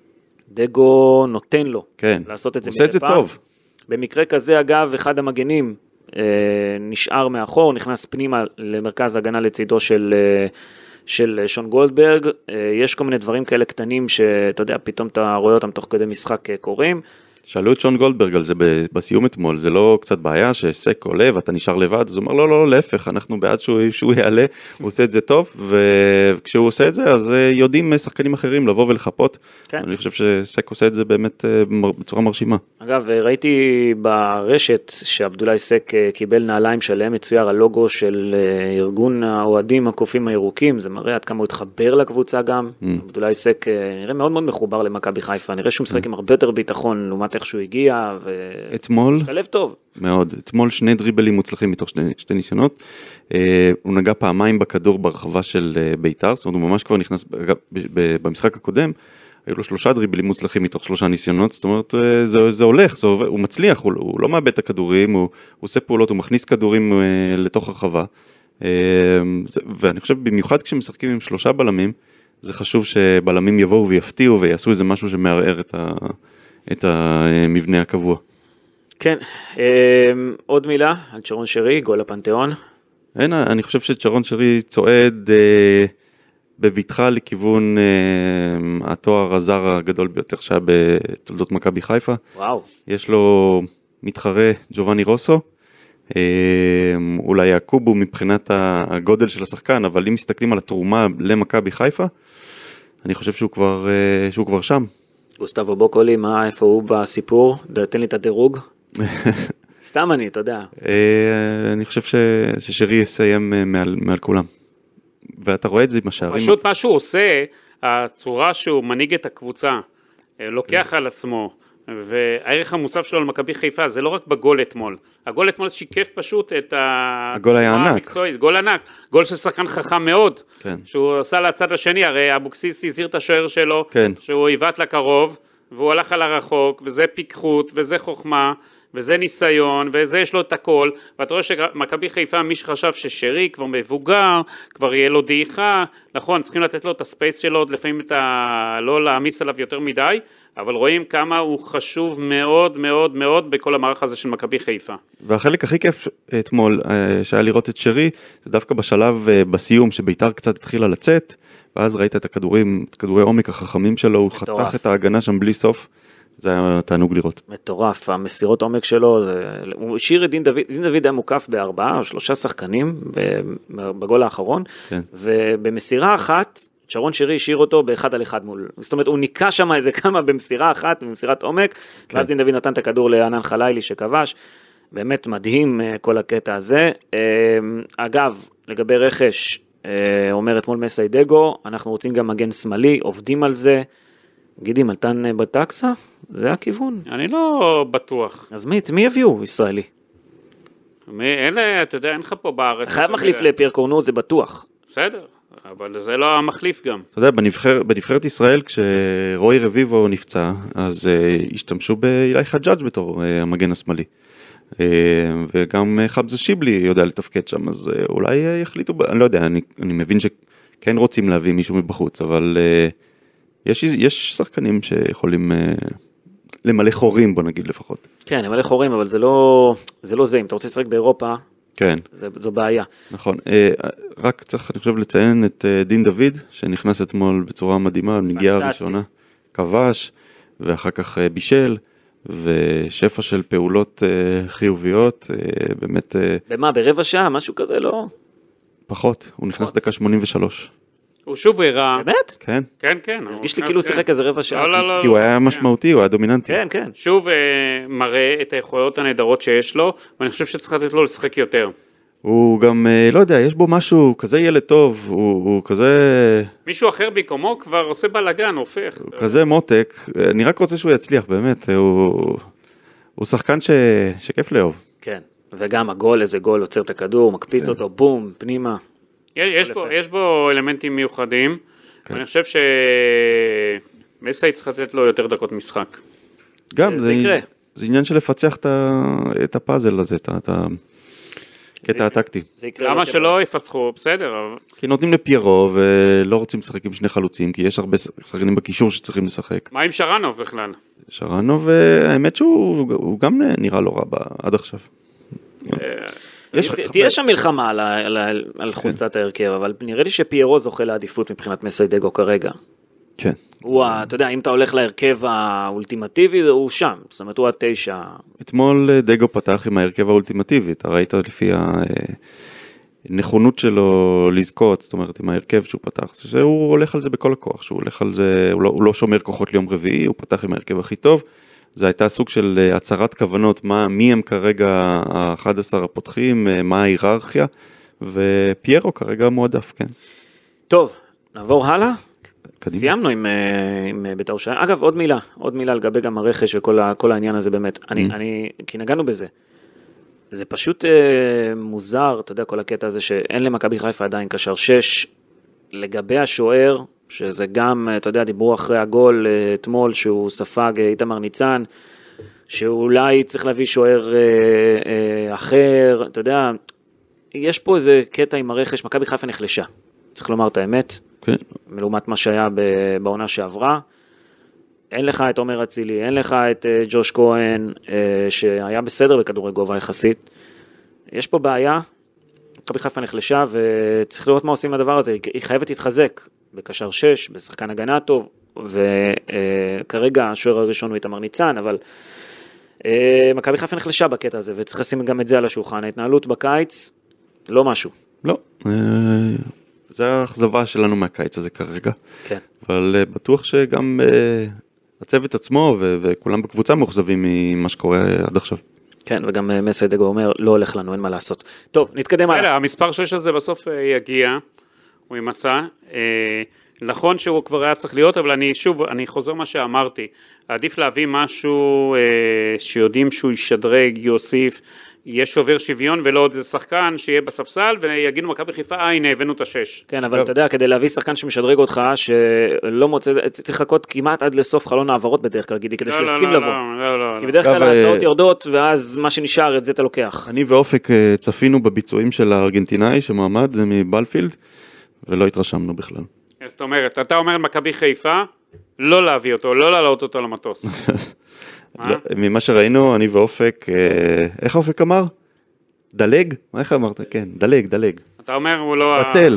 דגו נותן לו. כן. לעשות את זה. עושה את זה טוב. במקרה כזה, אגב, אחד המגנים נשאר מאחור, נכנס פנימה למרכז הגנה לצידו של שון גולדברג, יש כל מיני דברים כאלה קטנים שאתה יודע, פתאום אתה רואה אותם תוך כדי משחק קורים. שאלו את שון גולדברג על זה בסיום אתמול, זה לא קצת בעיה שסק עולה ואתה נשאר לבד, אז הוא אומר לא, להפך, אנחנו בעד שהוא יעלה, הוא עושה את זה טוב, וכשהוא עושה את זה, אז יודעים שחקנים אחרים לבוא ולחפות, אני חושב שסק עושה את זה באמת בצורה מרשימה. אגב, ראיתי ברשת שעבדולאי סק קיבל נעליים שלהם, מצויר הלוגו של ארגון האוהדים הקופים הירוקים, זה מראה עד כמה הוא התחבר לקבוצה גם, עבדולאי סק נראה מאוד מאוד מחובר למכבי חיפה, נראה שהוא משחק עם הרבה יותר ביטחון לעומת איך שהוא הגיע, אתמול, משתלב טוב. מאוד, אתמול 2 דריבלים מוצלחים מתוך 2 ניסיונות, הוא נגע פעמיים בכדור ברחבה של בית"ר, זאת אומרת הוא ממש כבר נכנס, במשחק הקודם, היו לו 3 דריבלים מוצלחים מתוך 3 ניסיונות, זאת אומרת זה הולך, הוא מצליח, הוא לא מאבד את הכדורים, הוא עושה פעולות, הוא מכניס כדורים לתוך הרחבה, ואני חושב במיוחד כשמשחקים עם 3 בלמים, זה חשוב שבלמים יבואו ויפתיעו ויעשו איזה משהו שמערער את המבנה הקבוע. כן, עוד מילה על צ'רון שרי, גול הפנתיאון. אני חושב שצ'רון שרי צועד בביטחה לכיוון התואר הזר הגדול ביותר שהיה בתולדות מכבי חיפה. וואו. יש לו מתחרה ג'ובאני רוסו, אולי יעקובו מבחינת הגודל של השחקן, אבל אם מסתכלים על התרומה למכבי חיפה, אני חושב שהוא כבר שם. גוסטבו בוקולי, איפה הוא בסיפור? תן לי את הדירוג. סתם אתה יודע. אני חושב ששרי יסיים מעל כולם. ואתה רואה את זה עם השערים. פשוט מה שהוא עושה, הצורה שהוא מנהיג את הקבוצה, לוקח על עצמו, והערך המוסף שלו למכבי חיפה, זה לא רק בגול אתמול. הגול אתמול שיקף פשוט את הגול היה ענק. גול ענק. גול של שחקן חכם מאוד. כן. שהוא עשה לצד השני, הרי אבוקסיס הזהיר את השוער שלו, כן. שהוא היבט לקרוב, והוא הלך על הרחוק, וזה פיקחות, וזה חוכמה, וזה ניסיון, וזה יש לו את הכל, ואתה רואה שמכבי חיפה, מי שחשב ששרי כבר מבוגר, כבר יהיה לו דעיכה, נכון, צריכים לתת לו את הספייס שלו, לפעמים לא להעמיס עליו יותר מדי, אבל רואים כמה הוא חשוב מאוד מאוד מאוד בכל המערך הזה של מכבי חיפה. והחלק הכי כיף אתמול שהיה לראות את שרי, זה דווקא בשלב בסיום שביתר קצת התחילה לצאת, ואז ראית את כדורי עומק החכמים שלו, הוא חתך את ההגנה שם בלי סוף, זה היה תענוג לראות. מטורף, המסירות עומק שלו, הוא השאיר את דין דוד היה מוקף ב4 או 3 שחקנים בגול האחרון, כן. ובמסירה אחת, שרון שירי השאיר אותו באחד על אחד מול, זאת אומרת, הוא ניקה שם איזה כמה במסירה אחת, במסירת עומק, ואז דין דוד נתן את הכדור לענן חלילי שכבש, באמת מדהים כל הקטע הזה. אגב, לגבי רכש, אומר אתמול מסיידגו, אנחנו רוצים גם מגן שמאלי, עובדים על זה, גידי מלטן בטקסה, זה הכיוון. אני לא בטוח. אז מי יביאו ישראלי? אלה, אתה יודע, אין לך פה בארץ. אתה חייב מחליף לפייר קורנו, זה בטוח. בסדר, אבל זה לא המחליף גם. אתה יודע, בנבחרת ישראל, כשרוי רביבו נפצע, אז השתמשו באילי חג'אג' בתור המגן השמאלי. וגם חמזה שיבלי יודע לתפקד שם, אז אולי יחליטו, אני לא יודע, אני מבין שכן רוצים להביא מישהו מבחוץ, אבל יש שחקנים שיכולים למלא חורים, בוא נגיד לפחות. כן, למלא חורים, אבל זה לא זה, אם אתה רוצה לשחק באירופה, כן. זו בעיה. נכון, רק צריך, אני חושב, לציין את דין דוד, שנכנס אתמול בצורה מדהימה, נגיעה הראשונה, כבש, ואחר כך בישל, ושפע של פעולות חיוביות, באמת... במה, ברבע שעה, משהו כזה, לא? פחות, הוא נכנס דקה 83. הוא שוב הראה. באמת? כן. כן, כן. הרגיש לי כאילו שיחק איזה רבע שעה. לא, כי הוא היה משמעותי, הוא היה דומיננטי. כן, כן. שוב מראה את היכולות הנהדרות שיש לו, ואני חושב שצריך לתת לו לשחק יותר. הוא גם, לא יודע, יש בו משהו, כזה ילד טוב, הוא כזה... מישהו אחר במקומו כבר עושה בלגן, הופך. הוא כזה מותק, אני רק רוצה שהוא יצליח, באמת, הוא שחקן שכיף לאהוב. כן, וגם הגול, איזה גול, עוצר את הכדור, מקפיץ אותו, בום, פנימה. יש בו אלמנטים מיוחדים, ואני חושב שמסי צריך לתת לו יותר דקות משחק. גם, זה עניין של לפצח את הפאזל הזה, את הקטע הטקטי. למה שלא יפצחו, בסדר. כי נותנים לפיירו ולא רוצים לשחק עם שני חלוצים, כי יש הרבה שחקנים בקישור שצריכים לשחק. מה עם שרנוב בכלל? שרנוב, האמת שהוא גם נראה לא רע עד עכשיו. תהיה שם מלחמה על חולצת ההרכב, אבל נראה לי שפיירו זוכה לעדיפות מבחינת מסיידגו כרגע. כן. אתה יודע, אם אתה הולך להרכב האולטימטיבי, הוא שם, זאת אומרת, הוא ה9. אתמול דגו פתח עם ההרכב האולטימטיבי, אתה ראית לפי הנכונות שלו לזכות, זאת אומרת, עם ההרכב שהוא פתח, שהוא הולך על זה בכל הכוח, שהוא הולך על זה, הוא לא שומר כוחות ליום רביעי, הוא פתח עם ההרכב הכי טוב, זה הייתה סוג של הצהרת כוונות, מי הם כרגע ה-11 הפותחים, מה ההיררכיה, ופיירו כרגע מועדף, כן. טוב, נעבור הלאה. קדימה. סיימנו עם בית"ר ירושלים. אגב, עוד מילה לגבי גם הרכש וכל העניין הזה באמת. כי נגענו בזה. זה פשוט מוזר, אתה יודע, כל הקטע הזה שאין למכבי חיפה עדיין קשר 6, לגבי השוער, שזה גם, אתה יודע, דיברו אחרי הגול אתמול, שהוא ספג איתמר ניצן, שאולי צריך להביא שוער אחר, אתה יודע, יש פה איזה קטע עם הרכש, מכבי חיפה נחלשה, צריך לומר את האמת, כן. מלעומת מה שהיה בעונה שעברה, אין לך את עומר אצילי, אין לך את ג'וש כהן, שהיה בסדר בכדורי גובה יחסית, יש פה בעיה, מכבי חיפה נחלשה, וצריך לראות מה עושים הדבר הזה, היא חייבת להתחזק, בקשר 6, בשחקן הגנה טוב, וכרגע השוער הראשון הוא איתמר ניצן, אבל מכבי חיפה נחלשה בקטע הזה, וצריך לשים גם את זה על השולחן, ההתנהלות בקיץ, לא משהו. לא, זה האכזבה שלנו מהקיץ הזה כרגע, כן. אבל בטוח שגם הצוות עצמו וכולם בקבוצה מאוכזבים ממה שקורה עד עכשיו. כן, וגם מסיידגו אומר, לא הולך לנו, אין מה לעשות. טוב, נתקדם הלאה. המספר 6 הזה בסוף יגיע, הוא ימצא, נכון שהוא כבר היה צריך להיות, אבל אני חוזר מה שאמרתי, עדיף להביא משהו שיודעים שהוא ישדרג, יוסיף, יהיה שובר שוויון ולא עוד איזה שחקן שיהיה בספסל ויגידו מכבי חיפה, הנה הבאנו את 6. כן, אבל אתה יודע, כדי להביא שחקן שמשדרג אותך, שלא מוצא, צריך לחכות כמעט עד לסוף חלון העברות בדרך כלל, גידי, כדי שהוא יסכים לבוא. כי בדרך כלל ההצעות יורדות, ואז מה שנשאר, את זה אתה לוקח. אני ואופק צפינו בביצועים של הארגנטינאי שמועמד מבלפילד, ולא התרשמנו בכלל. זאת אומרת, אתה אומר מכבי חיפה, לא להביא אותו, לא להעלות אותו למטוס. ממה שראינו, אני ואופק, איך אופק אמר? דלג? איך אמרת? כן, דלג. אתה אומר, הוא לא... בטל.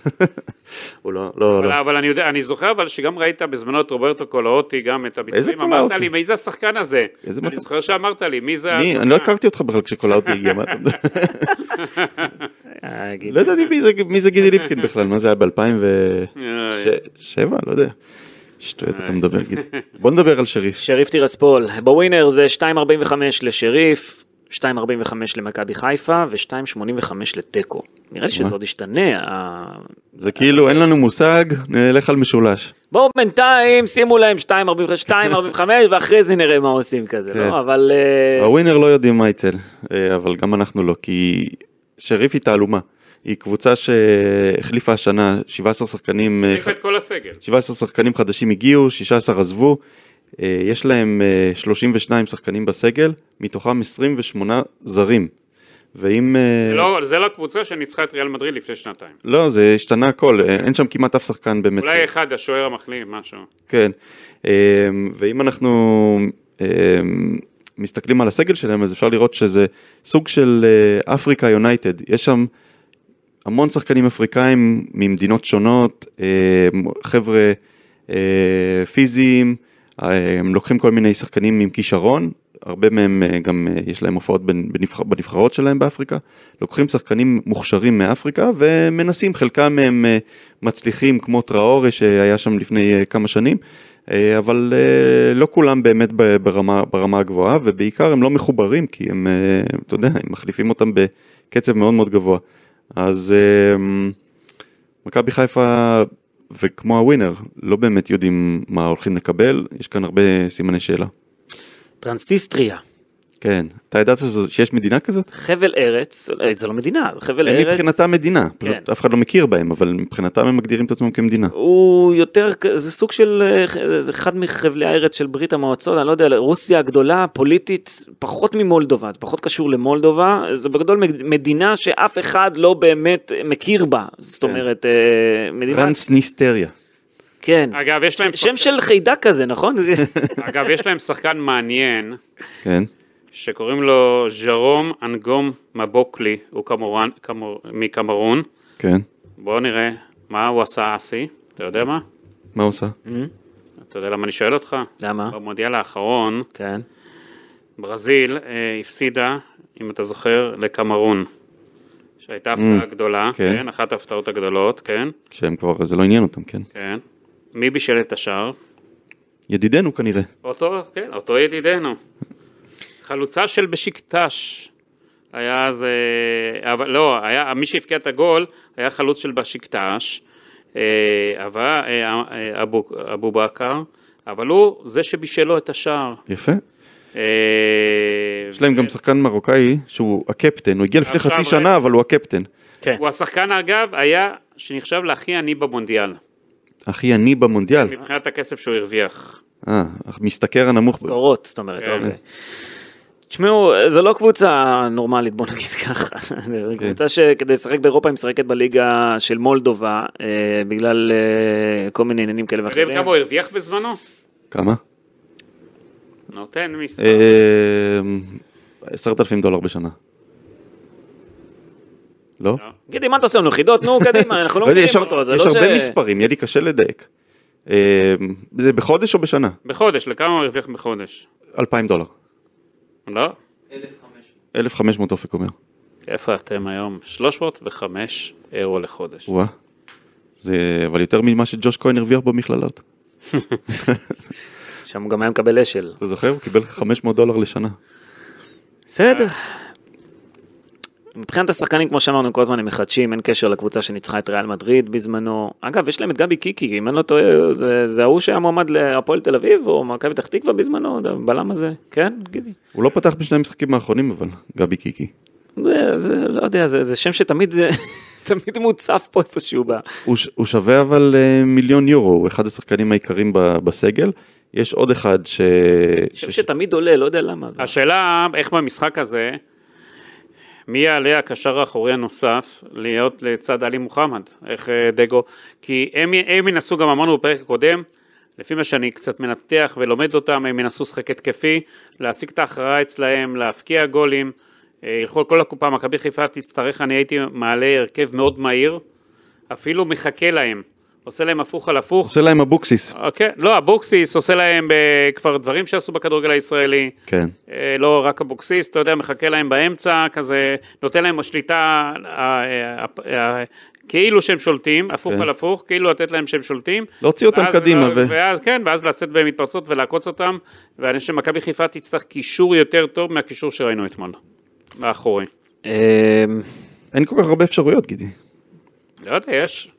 הוא לא. אבל אני יודע, אני זוכר אבל שגם ראית בזמנו את רוברטו קולאוטי, גם את הביצועים, אמרת לי, מי זה השחקן הזה? אני זוכר שאמרת לי, מי זה... אני לא הכרתי אותך בכלל כשקולאוטי הגיע. לא ידעתי מי זה גידי ליפקין בכלל, מה זה היה ב-2007? לא יודע. שטויות אתה מדבר, גידי. בוא נדבר על שריף. שריף טירספול. בווינר זה 2.45 לשריף, 2.45 למכבי חיפה ו-2.85 לטקו. נראה לי שזה עוד ישתנה. זה כאילו אין לנו מושג, נלך על משולש. בואו בינתיים שימו להם 2.45 ואחרי זה נראה מה עושים כזה, לא? אבל... הווינר לא יודעים מה יצא, אבל גם אנחנו לא, כי שריף היא תעלומה. היא קבוצה שהחליפה השנה 17 שחקנים... החליפה את כל הסגל. 17 שחקנים חדשים הגיעו, 16 עזבו. יש להם 32 שחקנים בסגל, מתוכם 28 זרים. ואם... זה לא קבוצה שניצחה את ריאל מדריד לפני שנתיים. לא, זה השתנה הכל, אין שם כמעט אף שחקן באמת. אולי אחד, השוער המחליף, משהו. כן, ואם אנחנו מסתכלים על הסגל שלהם, אז אפשר לראות שזה סוג של אפריקה יונייטד. יש שם המון שחקנים אפריקאים ממדינות שונות, חבר'ה פיזיים, הם לוקחים כל מיני שחקנים עם כישרון, הרבה מהם גם יש להם הופעות בנבחרות שלהם באפריקה, לוקחים שחקנים מוכשרים מאפריקה ומנסים, חלקם מהם מצליחים כמו טראורי שהיה שם לפני כמה שנים, אבל לא כולם באמת ברמה הגבוהה, ובעיקר הם לא מחוברים, כי הם, אתה יודע, הם מחליפים אותם בקצב מאוד מאוד גבוה. אז מכבי חיפה וכמו הווינר לא באמת יודעים מה הולכים לקבל, יש כאן הרבה סימני שאלה. טרנסיסטריה. כן, אתה ידעת שיש מדינה כזאת? חבל ארץ, זה לא מדינה, חבל ארץ. הם מבחינתם מדינה, פשוט אף אחד לא מכיר בהם, אבל מבחינתם הם מגדירים את עצמם כמדינה. הוא יותר, זה סוג של, אחד מחבלי הארץ של ברית המועצות, אני לא יודע, רוסיה הגדולה, פוליטית, פחות ממולדובה, פחות קשור למולדובה, זה בגדול מדינה שאף אחד לא באמת מכיר בה, זאת אומרת, מדינה... טרנסניסטריה. כן. אגב, יש להם... שם של חיידק כזה, נכון? אגב, יש להם שחקן מעניין. כן. שקוראים לו ז'רום אנגום מבוקלי, הוא מקמרון. כן. בואו נראה מה הוא עשה אסי, אתה יודע מה? מה הוא עושה? אתה יודע למה אני שואל אותך? למה? במונדיאל האחרון, כן. ברזיל הפסידה, אם אתה זוכר, לקמרון. שהייתה הפתעה גדולה, כן, אחת ההפתעות הגדולות, כן. שהם כבר, זה לא עניין אותם, כן. כן. מי בישל את השער? ידידנו כנראה. אותו ידידנו. חלוצה של בשיקטש, היה אז, אבל לא, מי שהפקיע את הגול, היה חלוץ של בשיקטש, אבו בכר, אבל הוא זה שבישלו את השער. יפה. יש להם גם שחקן מרוקאי, שהוא הקפטן, הוא הגיע לפני חצי שנה, אבל הוא הקפטן. הוא השחקן אגב, היה שנחשב להכי עני במונדיאל. הכי עני במונדיאל? מבחינת הכסף שהוא הרוויח. מסתכר הנמוך. סקורות, זאת אומרת, אוקיי. תשמעו, זו לא קבוצה נורמלית, בוא נגיד ככה. קבוצה שכדי לשחק באירופה היא משחקת בליגה של מולדובה, בגלל כל מיני עניינים כאלה ואחרים. אתה יודע כמה הוא הרוויח בזמנו? כמה? נותן מספר. $10,000 בשנה. לא? גידי, מה אתה עושה לנו? חידות? נו, קדימה, אנחנו לא מכירים אותו. יש הרבה מספרים, יהיה לי קשה לדייק. זה בחודש או בשנה? בחודש, לכמה הוא הרוויח בחודש? $2,000. לא? 1,500 אופק אומר. איפה אתם היום? 305 אירו לחודש. וואה. זה אבל יותר ממה שג'וש כהן הרוויח במכללות. שם הוא גם היה מקבל אשל. אתה זוכר? הוא קיבל $500 לשנה. בסדר. מבחינת השחקנים, כמו שאמרנו, כל הזמן הם מחדשים, אין קשר לקבוצה שניצחה את ריאל מדריד בזמנו. אגב, יש להם את גבי קיקי, אם אני לא טועה, זה ההוא שהיה מועמד להפועל תל אביב, או מכבי פתח תקווה בזמנו, בלם הזה, כן, גידי? הוא לא פתח בשני המשחקים האחרונים, אבל, גבי קיקי. זה, לא יודע, זה שם שתמיד תמיד מוצף פה איפשהו בה. הוא שווה אבל €1,000,000, הוא אחד השחקנים העיקריים בסגל. יש עוד אחד שם שתמיד עולה, לא יודע למה. השאלה, איך במשחק הזה, מי יעלה הקשר האחורי הנוסף להיות לצד עלי מוחמד, איך דגו, כי הם ינסו, גם אמרנו בפרק הקודם, לפי מה שאני קצת מנתח ולומד אותם, הם ינסו שחק התקפי, להשיג את ההכרעה אצלהם, להפקיע גולים, ילכו כל הקופה, מכבי חיפה תצטרך, אני הייתי מעלה הרכב מאוד מהיר, אפילו מחכה להם, עושה להם הפוך על הפוך. עושה להם אבוקסיס. אוקיי, לא, אבוקסיס עושה להם כבר דברים שעשו בכדורגל הישראלי. כן. לא רק אבוקסיס, אתה יודע, מחכה להם באמצע, כזה, נותן להם השליטה, כאילו שהם שולטים, הפוך על הפוך, כאילו לתת להם שהם שולטים. להוציא אותם קדימה. ואז לצאת במתפרצות ולעקוץ אותם, ואני חושב שמכבי חיפה תצטרך קישור יותר טוב מהקישור שראינו אתמול, לאחורי. אין כל כך הרבה אפשרויות, גידי. לא יודע, יש.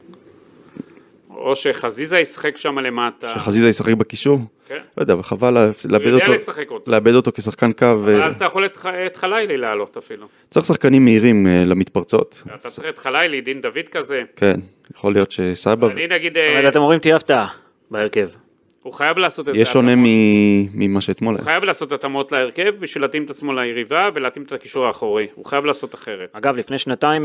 או שחזיזה ישחק שם למטה. שחזיזה ישחק בקישור? כן. לא יודע, וחבל לאבד אותו כשחקן קו. אז אתה יכול את חלילי לעלות אפילו. צריך שחקנים מהירים למתפרצות. אתה צריך את חלילי, דין דוד כזה. כן, יכול להיות שסבא. אני נגיד... זאת אומרת, אתם אומרים תהיה הפתעה בהרכב. הוא חייב לעשות את זה. יש שונה ממה שאתמול. הוא חייב לעשות התאמות להרכב בשביל להתאים את עצמו ליריבה ולהתאים את הקישור האחורי. הוא חייב לעשות אחרת. אגב, לפני שנתיים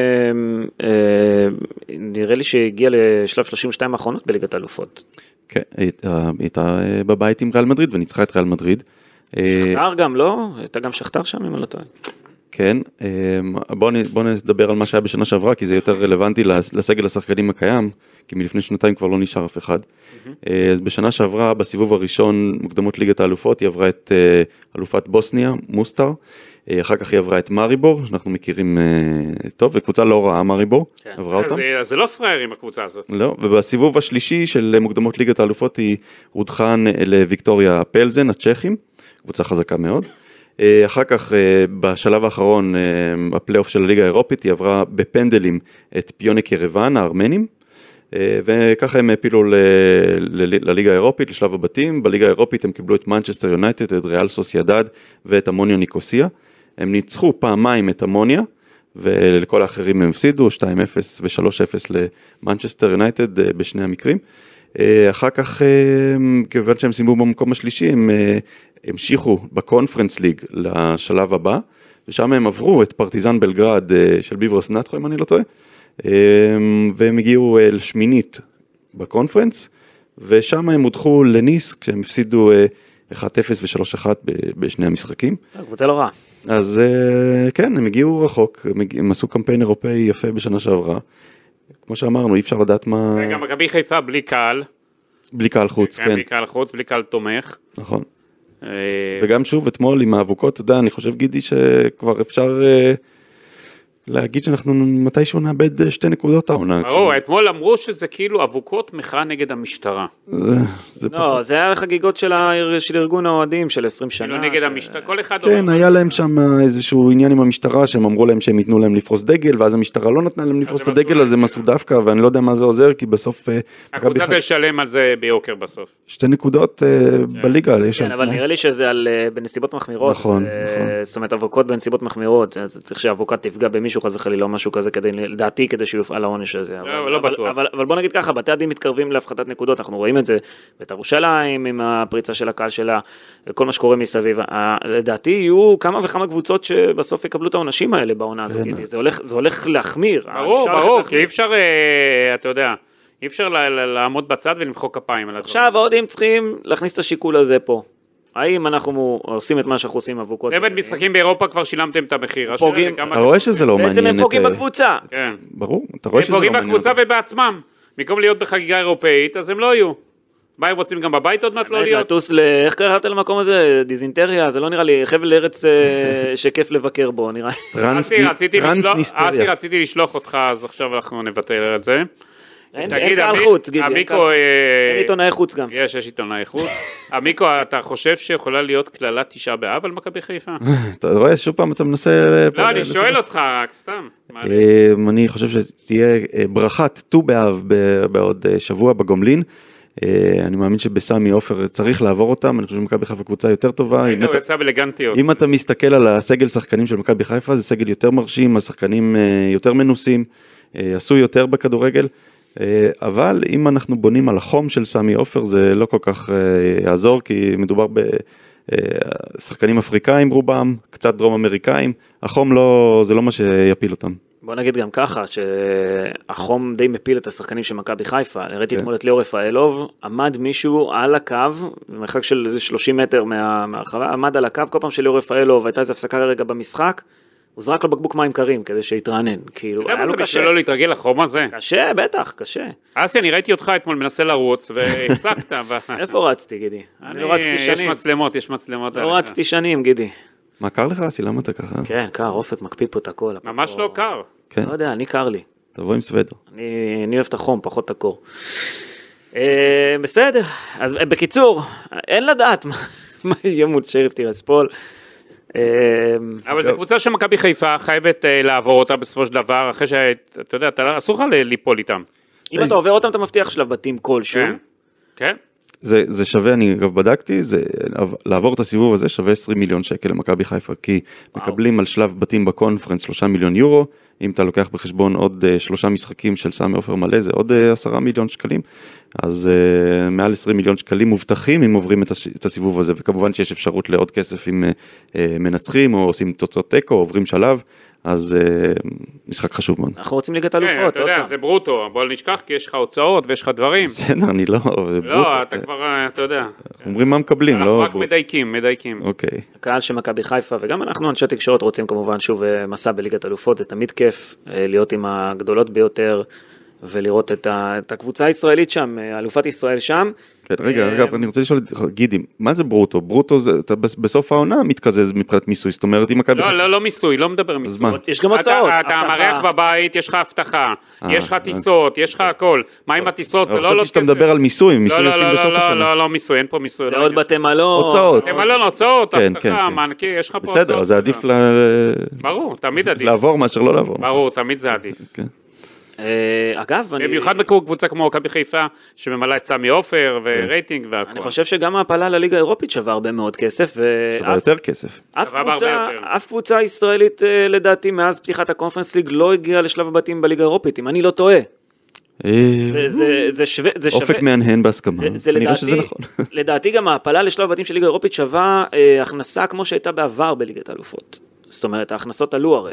נראה לי שהגיע לשלב 32 האחרונות בליגת האלופות. כן, הייתה בבית עם ריאל מדריד וניצחה את ריאל מדריד. שכתר גם, לא? הייתה גם שכתר שם, אם אני לא טועה. כן, בואו נדבר על מה שהיה בשנה שעברה, כי זה יותר רלוונטי לסגל השחקנים הקיים, כי מלפני שנתיים כבר לא נשאר אף אחד. אז בשנה שעברה, בסיבוב הראשון, מוקדמות ליגת האלופות, היא עברה את אלופת בוסניה, מוסטר, אחר כך היא עברה את מריבור, שאנחנו מכירים טוב, וקבוצה לא רעה מריבור, עברה אותה. אז זה לא פראיירים הקבוצה הזאת. לא, ובסיבוב השלישי של מוקדמות ליגת האלופות, היא הודחה לוויקטוריה פלזן, הצ'כים, קבוצה חזקה מאוד. אחר כך בשלב האחרון הפלייאוף של הליגה האירופית היא עברה בפנדלים את פיוניק ירוון הארמנים וככה הם הפילו לליגה האירופית לשלב הבתים. בליגה האירופית הם קיבלו את מנצ'סטר יונייטד, את ריאל סוסיידד ואת אמוניה ניקוסיה. הם ניצחו פעמיים את אמוניה ולכל האחרים הם הפסידו 2-0 ו-3-0 למנצ'סטר יונייטד בשני המקרים. אחר כך כיוון שהם סיימו במקום השלישי הם המשיכו בקונפרנס ליג לשלב הבא, ושם הם עברו את פרטיזן בלגרד של ביברס נטחו, אם אני לא טועה, והם הגיעו לשמינית בקונפרנס, ושם הם הודחו לניס, כשהם הפסידו 1-0 ו-3-1 בשני המשחקים. קבוצה לא רעה. אז כן, הם הגיעו רחוק, הם עשו קמפיין אירופאי יפה בשנה שעברה, כמו שאמרנו, אי אפשר לדעת מה... גם מכבי חיפה בלי קהל. בלי קהל חוץ, כן. בלי קהל חוץ, בלי קהל תומך. נכון. וגם שוב אתמול עם האבוקות, אתה יודע, אני חושב גידי שכבר אפשר להגיד שאנחנו מתישהו נאבד 2 נקודות העונה. אתמול אמרו שזה כאילו אבוקות מחאה נגד המשטרה. לא, זה היה לחגיגות של ארגון האוהדים של 20 שנה. כאילו נגד המשטרה, כל אחד... כן, היה להם שם איזשהו עניין עם המשטרה, שהם אמרו להם שהם ייתנו להם לפרוס דגל, ואז המשטרה לא נתנה להם לפרוס את הדגל, אז הם עשו דווקא, ואני לא יודע מה זה עוזר, כי בסוף... הקבוצה תשלם על זה ביוקר בסוף. 2 נקודות בליגה. כן, אבל נראה לי שזה בנסיבות מחמירות. נכון. זאת אומרת, אבוקות בנסיבות מחמירות, צריך שהאבוקה תפגע במישהו חס וחלילה או משהו כזה, לדעתי כדי שיופעל העונש הזה. לא בטוח. אבל בוא נגיד ככה, בתי הדין מתקרבים להפחתת נקודות, אנחנו רואים את זה בית"ר ירושלים עם הפריצה של הקהל שלה, וכל מה שקורה מסביב. לדעתי יהיו כמה וכמה קבוצות שבסוף יקבלו את העונשים האלה בעונה הזאת. זה הולך להחמיר. ברור, כי אי אפשר, אתה יודע, אי אפשר לעמוד בצד ולמחוא כפיים. עכשיו העודים צריכים להכניס את השיקול הזה פה. האם אנחנו עושים את מה שאנחנו עושים אבוקות? צוות משחקים באירופה כבר שילמתם את המחיר. אתה רואה שזה לא מעניין. בעצם הם פוגעים בקבוצה. כן. ברור, אתה רואה שזה לא מעניין. מעניין. הם פוגעים בקבוצה ובעצמם. במקום להיות בחגיגה אירופאית, אז הם לא יהיו. מה הם רוצים גם בבית עוד מעט לא להיות? לטוס איך קראת למקום הזה? דיזינטריה? זה לא נראה לי חבל ארץ שכיף לבקר בו, נראה. רציתי לשלוח אותך, אז עכשיו אנחנו נבטל את זה. אין קהל חוץ, גידי, אין עיתונאי חוץ גם. יש עיתונאי חוץ. עמיקו, אתה חושב שיכולה להיות כללה 9 באב על מכבי חיפה? אתה רואה, שוב פעם אתה מנסה... לא, אני שואל אותך רק, סתם. אני חושב שתהיה ברכת ט"ו באב בעוד שבוע בגומלין. אני מאמין שבסמי עופר צריך לעבור אותם, אני חושב שמכבי חיפה קבוצה יותר טובה. הוא יצא באלגנטיות. אם אתה מסתכל על הסגל שחקנים של מכבי חיפה, זה סגל יותר מרשים, השחקנים יותר מנוסים, עשו יותר בכדורגל. אבל אם אנחנו בונים על החום של סמי עופר, זה לא כל כך יעזור, כי מדובר בשחקנים אפריקאים רובם, קצת דרום אמריקאים, החום זה לא מה שיפיל אותם. בוא נגיד גם ככה, שהחום די מפיל את השחקנים של מכבי חיפה. ראיתי אתמול את ליאור רפאלוב, עמד מישהו על הקו, במרחק של 30 מטר מהרחבה, עמד על הקו, כל פעם של ליאור רפאלוב, הייתה איזו הפסקה רגע במשחק, הוא זרק לו בקבוק מים קרים כדי שיתרענן, כאילו, אתה יודע מה זה בשביל לא להתרגל לחום הזה? קשה, בטח, קשה. אסי, אני ראיתי אותך אתמול מנסה לרוץ, והפסקת. איפה רצתי, גידי? אני לא רצתי שנים. יש מצלמות. לא רצתי שנים, גידי. מה קר לך, אסי? למה אתה ככה? כן, קר, אופק מקפיא פה את הכל. ממש לא קר. לא יודע, אני קר לי. תבוא עם סוודר. אני אוהב את החום, פחות את הקור. בסדר, אז בקיצור, אין לדעת מה יהיה מול שריף טירספול. אבל זו קבוצה שמכבי חיפה חייבת לעבור אותה בסופו של דבר, אחרי שאתה יודע, אסור לך ליפול איתם. אם אתה עובר אותם, אתה מבטיח שלב בתים כלשהו. כן. זה שווה, אני אגב בדקתי, לעבור את הסיבוב הזה שווה 20 מיליון שקל למכבי חיפה, כי מקבלים על שלב בתים בקונפרנס 3 מיליון יורו, אם אתה לוקח בחשבון עוד 3 משחקים של סמי עופר מלא, זה עוד 10 מיליון שקלים, אז מעל 20 מיליון שקלים מובטחים אם עוברים את הסיבוב הזה, וכמובן שיש אפשרות לעוד כסף אם מנצחים, או עושים תוצאות טקו, או עוברים שלב, אז משחק חשוב מאוד. אנחנו רוצים ליגת אלופות. אתה יודע, זה ברוטו, בוא נשכח, כי יש לך הוצאות ויש לך דברים. בסדר, אני לא, זה ברוטו. לא, אתה כבר, אתה יודע. אנחנו אומרים מה מקבלים, לא אנחנו רק מדייקים. אוקיי. הקהל של מכבי חיפה, וגם אנחנו אנשי תקשורת רוצים כמובן שוב מסע בליגת אלופות, זה תמיד כיף להיות עם הגדולות ביותר, ולראות את הקבוצה הישראלית שם, אלופת ישראל שם. כן, רגע, אני רוצה לשאול, גידי, מה זה ברוטו? ברוטו זה, אתה בסוף העונה מתקזז מבחינת מיסוי, זאת אומרת, אם מכבי... לא מיסוי, לא מדבר מיסוי. יש גם הוצאות. אתה מארח בבית, יש לך הבטחה, יש לך טיסות, יש לך הכל. מה עם הטיסות? זה לא חשבתי שאתה מדבר על מיסוי, מיסוי עושים בסוף השנה. לא מיסוי, אין פה מיסוי. זה עוד בתי מלון. הוצאות. בתי מלון, הוצאות, הבטחה, מענקי, יש לך פה הוצאות. בסדר, זה עדיף ברור, תמיד עדיף. לעבור מאשר לא לעבור. ברור, תמיד זה עדיף. אגב, במיוחד בקבוצה כמו מכבי חיפה, שממלא את סמי עופר ורייטינג והכל. אני חושב שגם ההפלה לליגה האירופית שווה הרבה מאוד כסף. שווה יותר כסף. אף קבוצה ישראלית לדעתי מאז פתיחת הקונפרנס ליג לא הגיעה לשלב הבתים בליגה האירופית, אם אני לא טועה. זה שווה. אופק מהנהן בהסכמה, נראה שזה נכון. לדעתי גם ההפלה לשלב הבתים של ליגה האירופית שווה הכנסה כמו שהייתה בעבר בליגת האלופות. זאת אומרת, ההכנסות עלו הרי.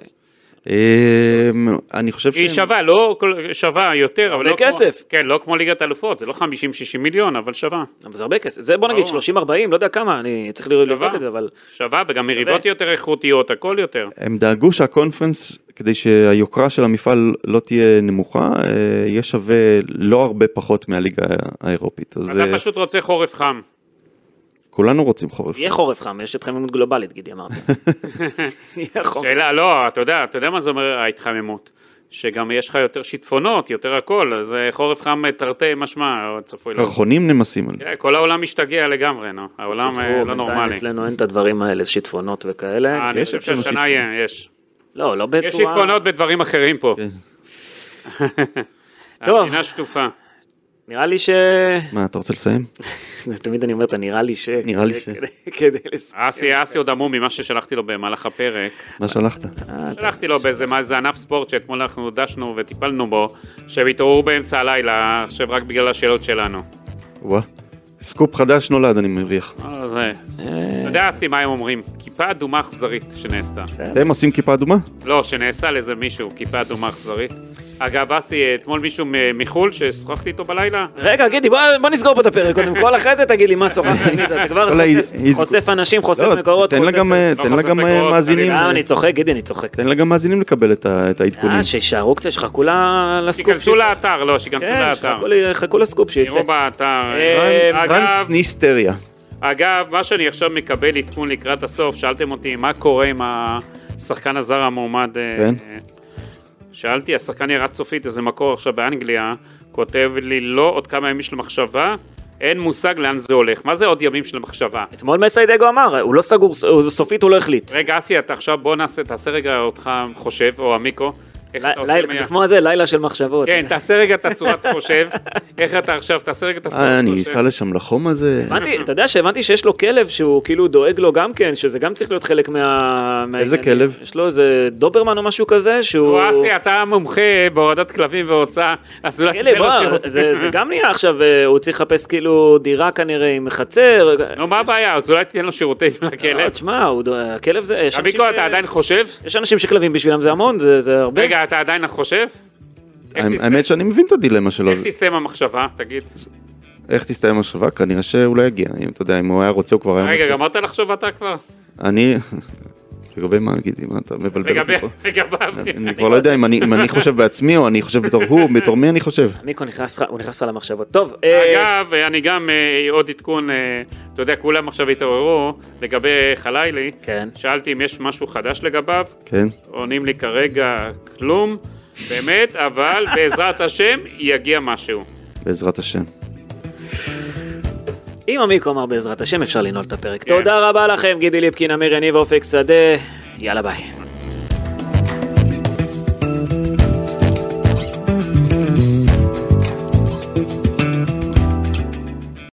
אני חושב היא שווה, לא שווה יותר, אבל לא כסף. כן, לא כמו ליגת אלופות, זה לא 50-60 מיליון, אבל שווה. אבל זה הרבה כסף, זה בוא נגיד 30-40, לא יודע כמה, אני צריך לבדוק את זה, אבל... שווה, וגם מריבות יותר איכותיות, הכל יותר. הם דאגו שהקונפרנס, כדי שהיוקרה של המפעל לא תהיה נמוכה, יהיה שווה לא הרבה פחות מהליגה האירופית. אתה פשוט רוצה חורף חם. כולנו רוצים חורף. יהיה חורף חם, יש התחממות גלובלית, גידי אמרתי. שאלה, לא, אתה יודע מה זה אומר ההתחממות? שגם יש לך יותר שיטפונות, יותר הכל, אז חורף חם תרתי משמע, צפוי. קרחונים נמסים. כל העולם משתגע לגמרי, העולם לא נורמלי. אצלנו אין את הדברים האלה, שיטפונות וכאלה. אני חושב שהשנה יש. לא בצורה... יש שיטפונות בדברים אחרים פה. טוב. המדינה שטופה. נראה לי מה, אתה רוצה לסיים? תמיד אני אומר, נראה לי נראה לי כדי לסיים. אסי עוד עמום ממה ששלחתי לו במהלך הפרק. מה שלחת? שלחתי לו באיזה ענף ספורט שאתמול אנחנו דשנו וטיפלנו בו, שהם התעוררו באמצע הלילה, עכשיו רק בגלל השאלות שלנו. וואה. סקופ חדש נולד, אני מריח. אתה יודע, אסי, מה הם אומרים? כיפה אדומה אכזרית שנעשתה. אתם עושים כיפה אדומה? לא, שנעשה לאיזה מישהו, כיפה אדומה אכזרית. אגב, אסי, אתמול מישהו מחול ששוחחתי איתו בלילה. רגע, גידי, בוא נסגור פה את הפרק, קודם כל אחרי זה תגיד לי מה שוחחת, אתה כבר חושף אנשים, חושף מקורות, תן לה גם מאזינים. אני צוחק, גידי, אני צוחק. תן לה גם מאזינים לקבל את העדכונים. שישארו קצת, שחכו לסקופ. שיכנסו לאתר, לא, שיכנסו לאתר. חכו לסקופ שיצא. תראו באתר. טרנסניסטריה. אגב, מה שאני עכשיו מקבל עדכון לקראת הסוף, שאלתם אותי מה קורה עם השחקן הזר המועמד. שאלתי, השחקן ירד סופית, איזה מקור עכשיו באנגליה, כותב לי לא עוד כמה ימים של מחשבה, אין מושג לאן זה הולך. מה זה עוד ימים של מחשבה? אתמול מסיידגו אמר, הוא לא סגור, סופית הוא לא החליט. רגע, אסי, אתה עכשיו בוא תעשה רגע אותך חושב, או עמיקו, כמו הזה, לילה של מחשבות. כן, תעשה רגע את הצורת חושב, איך אתה עכשיו, תעשה רגע את הצורת חושב. אני אסע לשם לחום הזה. אתה יודע שהבנתי שיש לו כלב שהוא כאילו דואג לו גם כן, שזה גם צריך להיות חלק איזה כלב? יש לו איזה דוברמן או משהו כזה, שהוא... אסי, אתה מומחה בהורדת כלבים והוצאה, אז אולי תתן לו שירות. זה גם נהיה עכשיו, הוא צריך לחפש כאילו דירה כנראה עם חצר. נו, מה הבעיה? אז אולי תתן לו שירותים לכלב. תשמע, הכלב זה... עמיקו, אתה עדיין חושב? יש אנשים שכלבים בשבילם זה המון, זה הרבה. רגע, אתה עדיין חושב? האמת שאני מבין את הדילמה שלו. איך תסתיים המחשבה, תגיד? איך תסתיים המחשבה? כנראה שאולי יגיע, אם אתה יודע, אם הוא היה רוצה הוא כבר היה... רגע, גמרת לחשוב אתה כבר? אני... לגבי מה, גידי, מה אתה מבלבל אותי פה? לגביו. אני כבר לא יודע אם אני חושב בעצמי, או אני חושב בתור הוא, בתור מי אני חושב. מיקו נכנס על המחשבות. טוב. אגב, אני גם עוד עדכון, אתה יודע, כולם עכשיו התעוררו, לגבי חלילי, שאלתי אם יש משהו חדש לגביו, עונים לי כרגע כלום, באמת, אבל בעזרת השם יגיע משהו. בעזרת השם. אם עמיקו אמר בעזרת השם אפשר לנעול את הפרק. תודה רבה לכם, גידי ליפקין, אמיר יניב, אופק שדה, יאללה ביי.